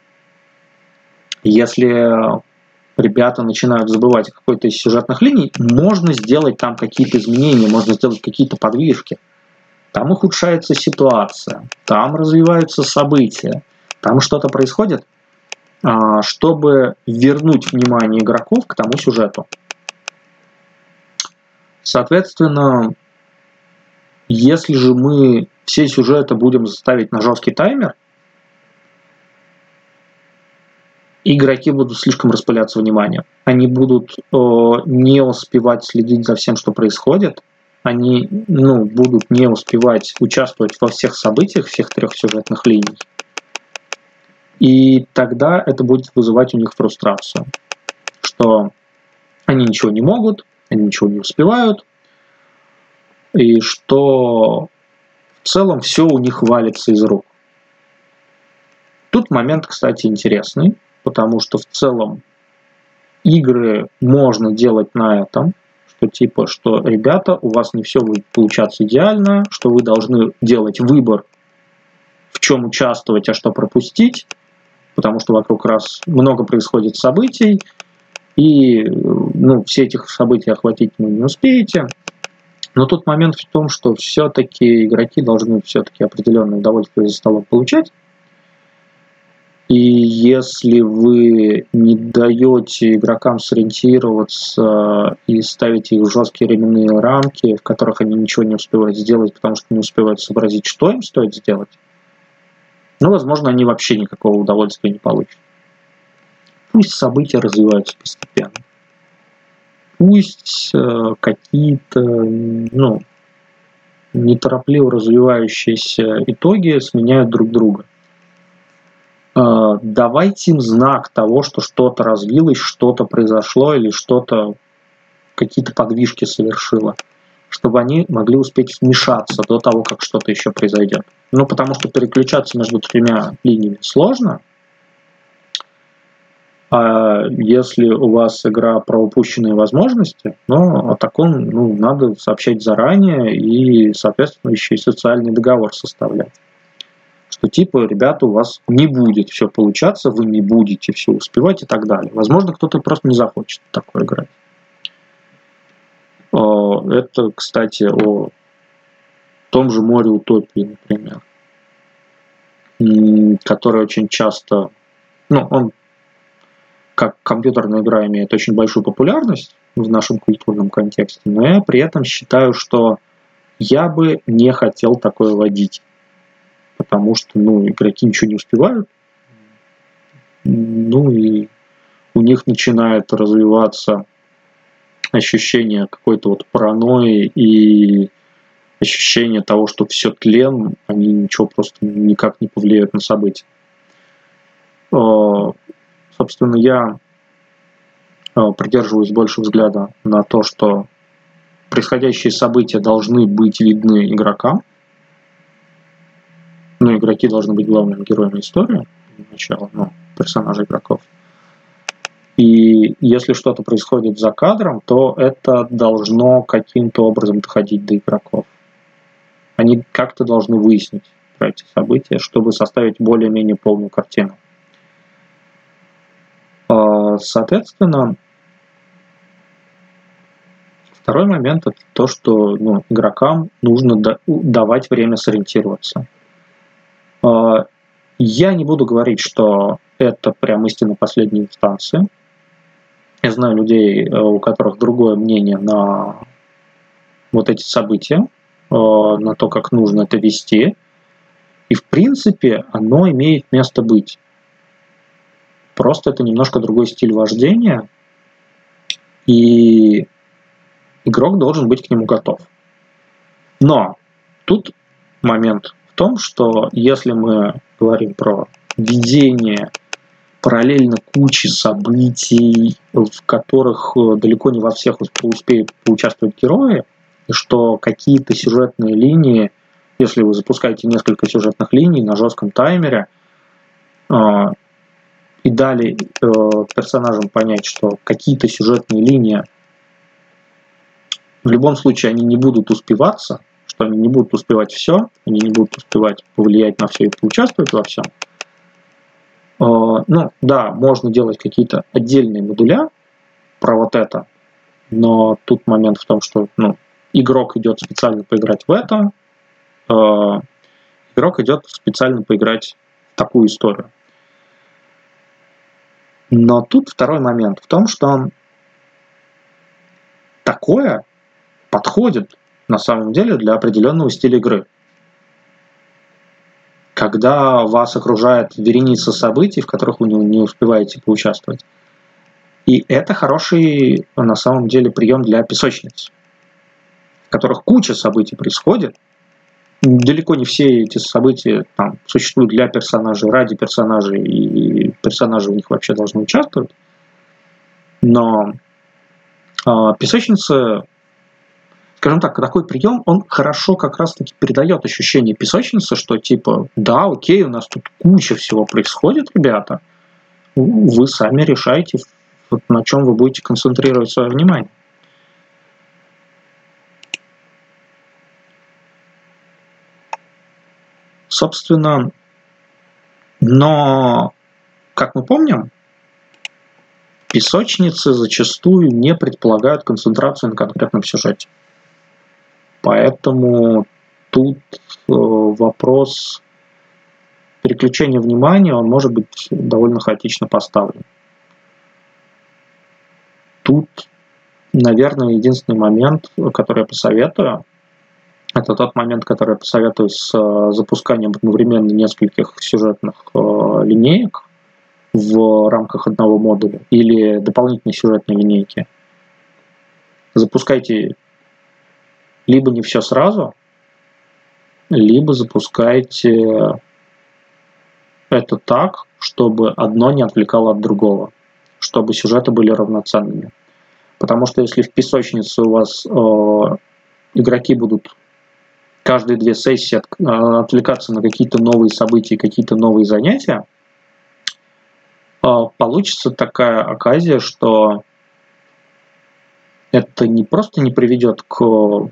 Если ребята начинают забывать о какой-то из сюжетных линий, можно сделать там какие-то изменения, можно сделать какие-то подвижки. Там ухудшается ситуация, там развиваются события, Там что-то происходит, чтобы вернуть внимание игроков к тому сюжету. Соответственно, если же мы все сюжеты будем ставить на жесткий таймер, игроки будут слишком распыляться вниманием. Они будут не успевать следить за всем, что происходит. Они будут не успевать участвовать во всех событиях, всех 3 сюжетных линий. И тогда это будет вызывать у них фрустрацию, что они ничего не могут, они ничего не успевают, и что в целом все у них валится из рук. Тут момент, кстати, интересный, потому что в целом игры можно делать на этом, что ребята, у вас не все будет получаться идеально, что вы должны делать выбор, в чем участвовать, а что пропустить, потому что вокруг раз много происходит событий, и все этих событий охватить вы не успеете. Но тут момент в том, что все-таки игроки должны все-таки определенное удовольствие за столом получать. И если вы не даете игрокам сориентироваться и ставите их в жесткие временные рамки, в которых они ничего не успевают сделать, потому что не успевают сообразить, что им стоит сделать, возможно, они вообще никакого удовольствия не получат. Пусть события развиваются постепенно. Пусть какие-то неторопливо развивающиеся итоги сменяют друг друга. Давайте им знак того, что что-то развилось, что-то произошло или что-то, какие-то подвижки совершило, чтобы они могли успеть вмешаться до того, как что-то еще произойдет. Потому что переключаться между 3 линиями сложно. А если у вас игра про упущенные возможности, о таком надо сообщать заранее и, соответственно, еще и социальный договор составлять. Что ребята, у вас не будет все получаться, вы не будете все успевать и так далее. Возможно, кто-то просто не захочет такое играть. Это, кстати, о том же море утопии, например, который очень часто, он как компьютерная игра имеет очень большую популярность в нашем культурном контексте, но я при этом считаю, что я бы не хотел такое вводить. Потому что, игроки ничего не успевают, и у них начинает развиваться ощущение какой-то паранойи и ощущение того, что все тлен, они ничего просто никак не повлияют на события. Собственно, я придерживаюсь больше взгляда на то, что происходящие события должны быть видны игрокам. Игроки должны быть главными героями истории, сначала, персонажи игроков. И если что-то происходит за кадром, то это должно каким-то образом доходить до игроков. Они как-то должны выяснить про эти события, чтобы составить более-менее полную картину. Соответственно, второй момент – это то, что игрокам нужно давать время сориентироваться. Я не буду говорить, что это прям истина последней инстанции. Я знаю людей, у которых другое мнение на эти события, на то, как нужно это вести. И, в принципе, оно имеет место быть. Просто это немножко другой стиль вождения, и игрок должен быть к нему готов. Но тут момент в том, что если мы говорим про ведение параллельно кучи событий, в которых далеко не во всех успеют поучаствовать герои, и что какие-то сюжетные линии, если вы запускаете несколько сюжетных линий на жестком таймере, и дали персонажам понять, что какие-то сюжетные линии в любом случае они не будут успеваться, что они не будут успевать все, они не будут успевать повлиять на все и поучаствовать во всем. Да, можно делать какие-то отдельные модуля про это, но тут момент в том, что игрок идет специально поиграть в это, игрок идет специально поиграть в такую историю. Но тут второй момент в том, что такое подходит на самом деле для определенного стиля игры. Когда вас окружает вереница событий, в которых вы не успеваете поучаствовать. И это хороший, на самом деле, прием для песочниц, в которых куча событий происходит. Далеко не все эти события там существуют для персонажей, ради персонажей, и персонажи в них вообще должны участвовать. Но песочница, скажем так, такой прием, он хорошо как раз-таки передает ощущение песочницы, что типа, да, окей, у нас тут куча всего происходит, ребята, вы сами решаете, вот на чем вы будете концентрировать свое внимание. Собственно, но, как мы помним, песочницы зачастую не предполагают концентрацию на конкретном сюжете. Поэтому тут вопрос переключения внимания, он может быть довольно хаотично поставлен. Тут, наверное, единственный момент, который я посоветую, это тот момент, который я посоветую с запусканием одновременно нескольких сюжетных линеек в рамках одного модуля или дополнительной сюжетной линейки. Запускайте либо не все сразу, либо запускайте это так, чтобы одно не отвлекало от другого, чтобы сюжеты были равноценными. Потому что если в песочнице у вас игроки будут каждые 2 сессии отвлекаться на какие-то новые события, какие-то новые занятия, получится такая оказия, что это не просто не приведет к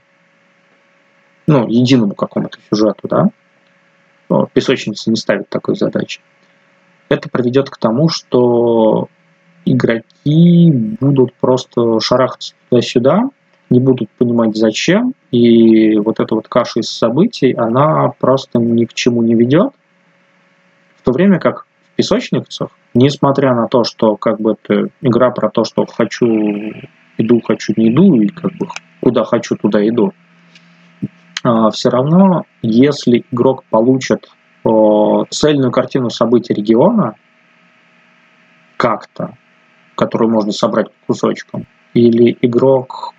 единому какому-то сюжету, да? Песочница не ставит такой задачи. Это приведет к тому, что игроки будут просто шарахаться туда-сюда, не будут понимать зачем, и вот эта вот каша из событий, она просто ни к чему не ведет, в то время как в песочницах, несмотря на то, что как бы это игра про то, что хочу иду, хочу не иду, и как бы куда хочу, туда иду, все равно, если игрок получит цельную картину событий региона как-то, которую можно собрать по кусочкам, или игрок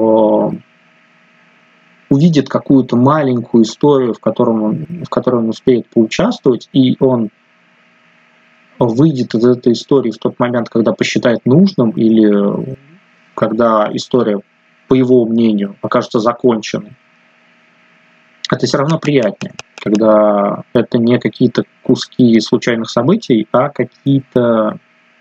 увидит какую-то маленькую историю, в которой он успеет поучаствовать, и он выйдет из этой истории в тот момент, когда посчитает нужным, или когда история, по его мнению, окажется законченной. Это все равно приятнее, когда это не какие-то куски случайных событий, а какие-то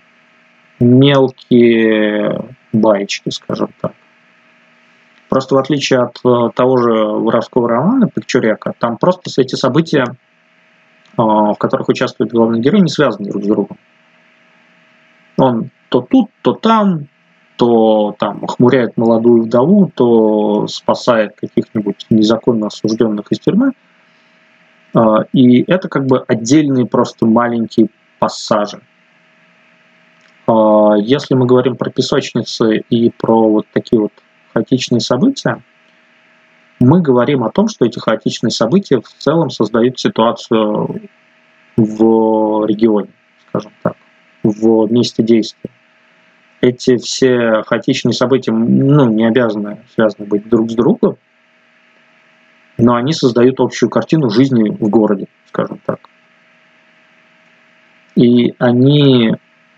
мелкие баечки, скажем так. Просто в отличие от того же воровского романа Пикчурека, там просто эти события, в которых участвует главный герой, не связаны друг с другом. Он то тут, то там охмуряет молодую вдову, то спасает каких-нибудь незаконно осужденных из тюрьмы. И это как бы отдельные просто маленькие пассажи. Если мы говорим про песочницы и про вот такие вот хаотичные события, мы говорим о том, что эти хаотичные события в целом создают ситуацию в регионе, скажем так, в месте действия. Эти все хаотичные события, не обязаны связаны быть друг с другом, но они создают общую картину жизни в городе, скажем так. И они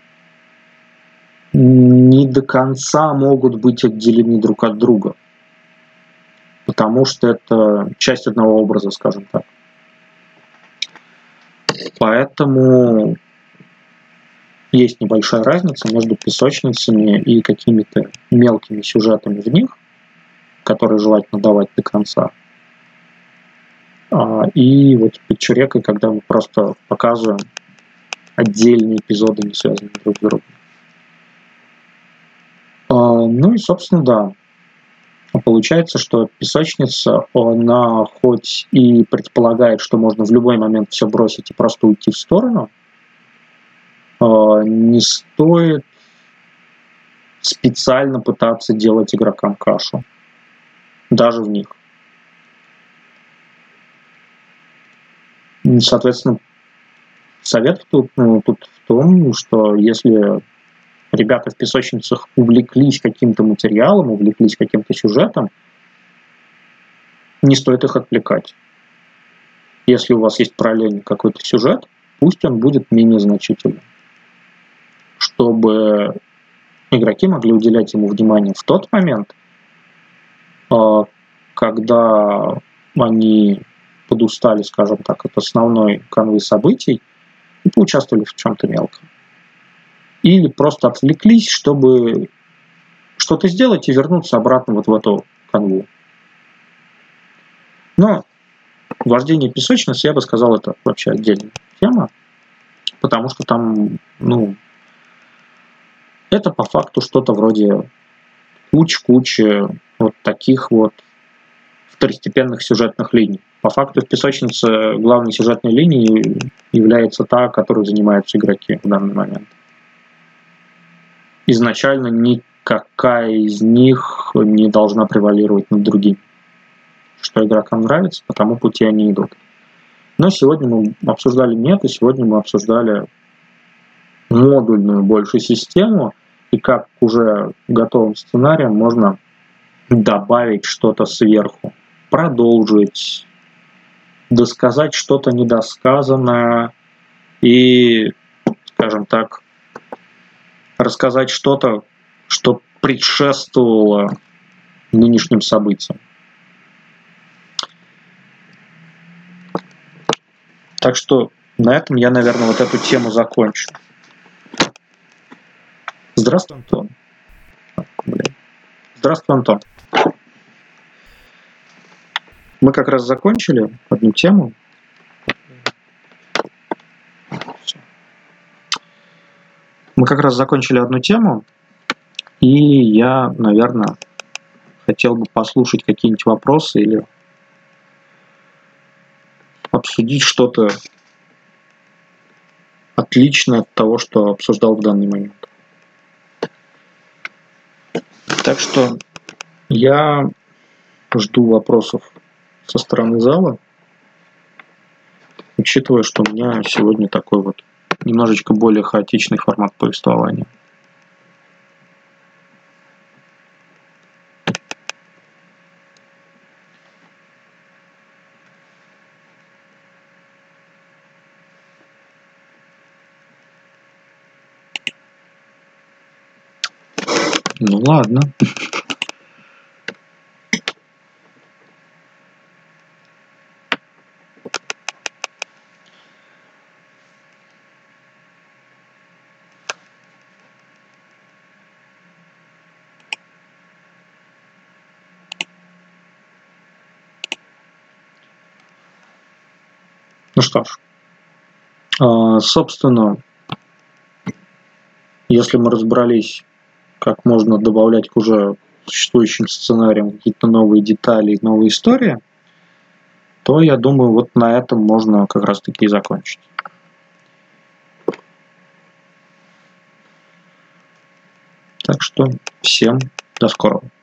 не до конца могут быть отделены друг от друга, потому что это часть одного образа, скажем так. Поэтому есть небольшая разница между песочницами и какими-то мелкими сюжетами в них, которые желательно давать до конца. И вот Пикчурекой, когда мы просто показываем отдельные эпизоды, не связанные друг с другом. Ну и, собственно, да. получается, что песочница, она хоть и предполагает, что можно в любой момент все бросить и просто уйти в сторону, не стоит специально пытаться делать игрокам кашу. Даже в них. Соответственно, совет тут в том, что если ребята в песочницах увлеклись каким-то материалом, увлеклись каким-то сюжетом, не стоит их отвлекать. Если у вас есть параллельный какой-то сюжет, пусть он будет менее значительным, чтобы игроки могли уделять ему внимание в тот момент, когда они подустали, скажем так, от основной канвы событий и поучаствовали в чем-то мелком. Или просто отвлеклись, чтобы что-то сделать и вернуться обратно вот в эту канву. Но вождение песочницы, я бы сказал, это вообще отдельная тема, потому что там, это по факту что-то вроде кучи вот таких вот второстепенных сюжетных линий. По факту в песочнице главной сюжетной линией является та, которой занимаются игроки в данный момент. Изначально никакая из них не должна превалировать над другими. Что игрокам нравится, по тому пути они идут. Но сегодня мы обсуждали не это, сегодня мы обсуждали модульную больше систему, и как уже готовым сценарием можно добавить что-то сверху, продолжить, досказать что-то недосказанное и, скажем так, рассказать что-то, что предшествовало нынешним событиям. Так что на этом я, наверное, вот эту тему закончу. Здравствуй, Антон. Здравствуй, Антон. Мы как раз закончили одну тему. И я, наверное, хотел бы послушать какие-нибудь вопросы или обсудить что-то отличное от того, что обсуждал в данный момент. Так что я жду вопросов со стороны зала, учитывая, что у меня сегодня такой вот немножечко более хаотичный формат повествования. Ну ладно. Ну что ж, собственно, если мы разобрались, как можно добавлять к уже существующим сценариям какие-то новые детали и новые истории, то, я думаю, вот на этом можно как раз-таки и закончить. Так что всем до скорого.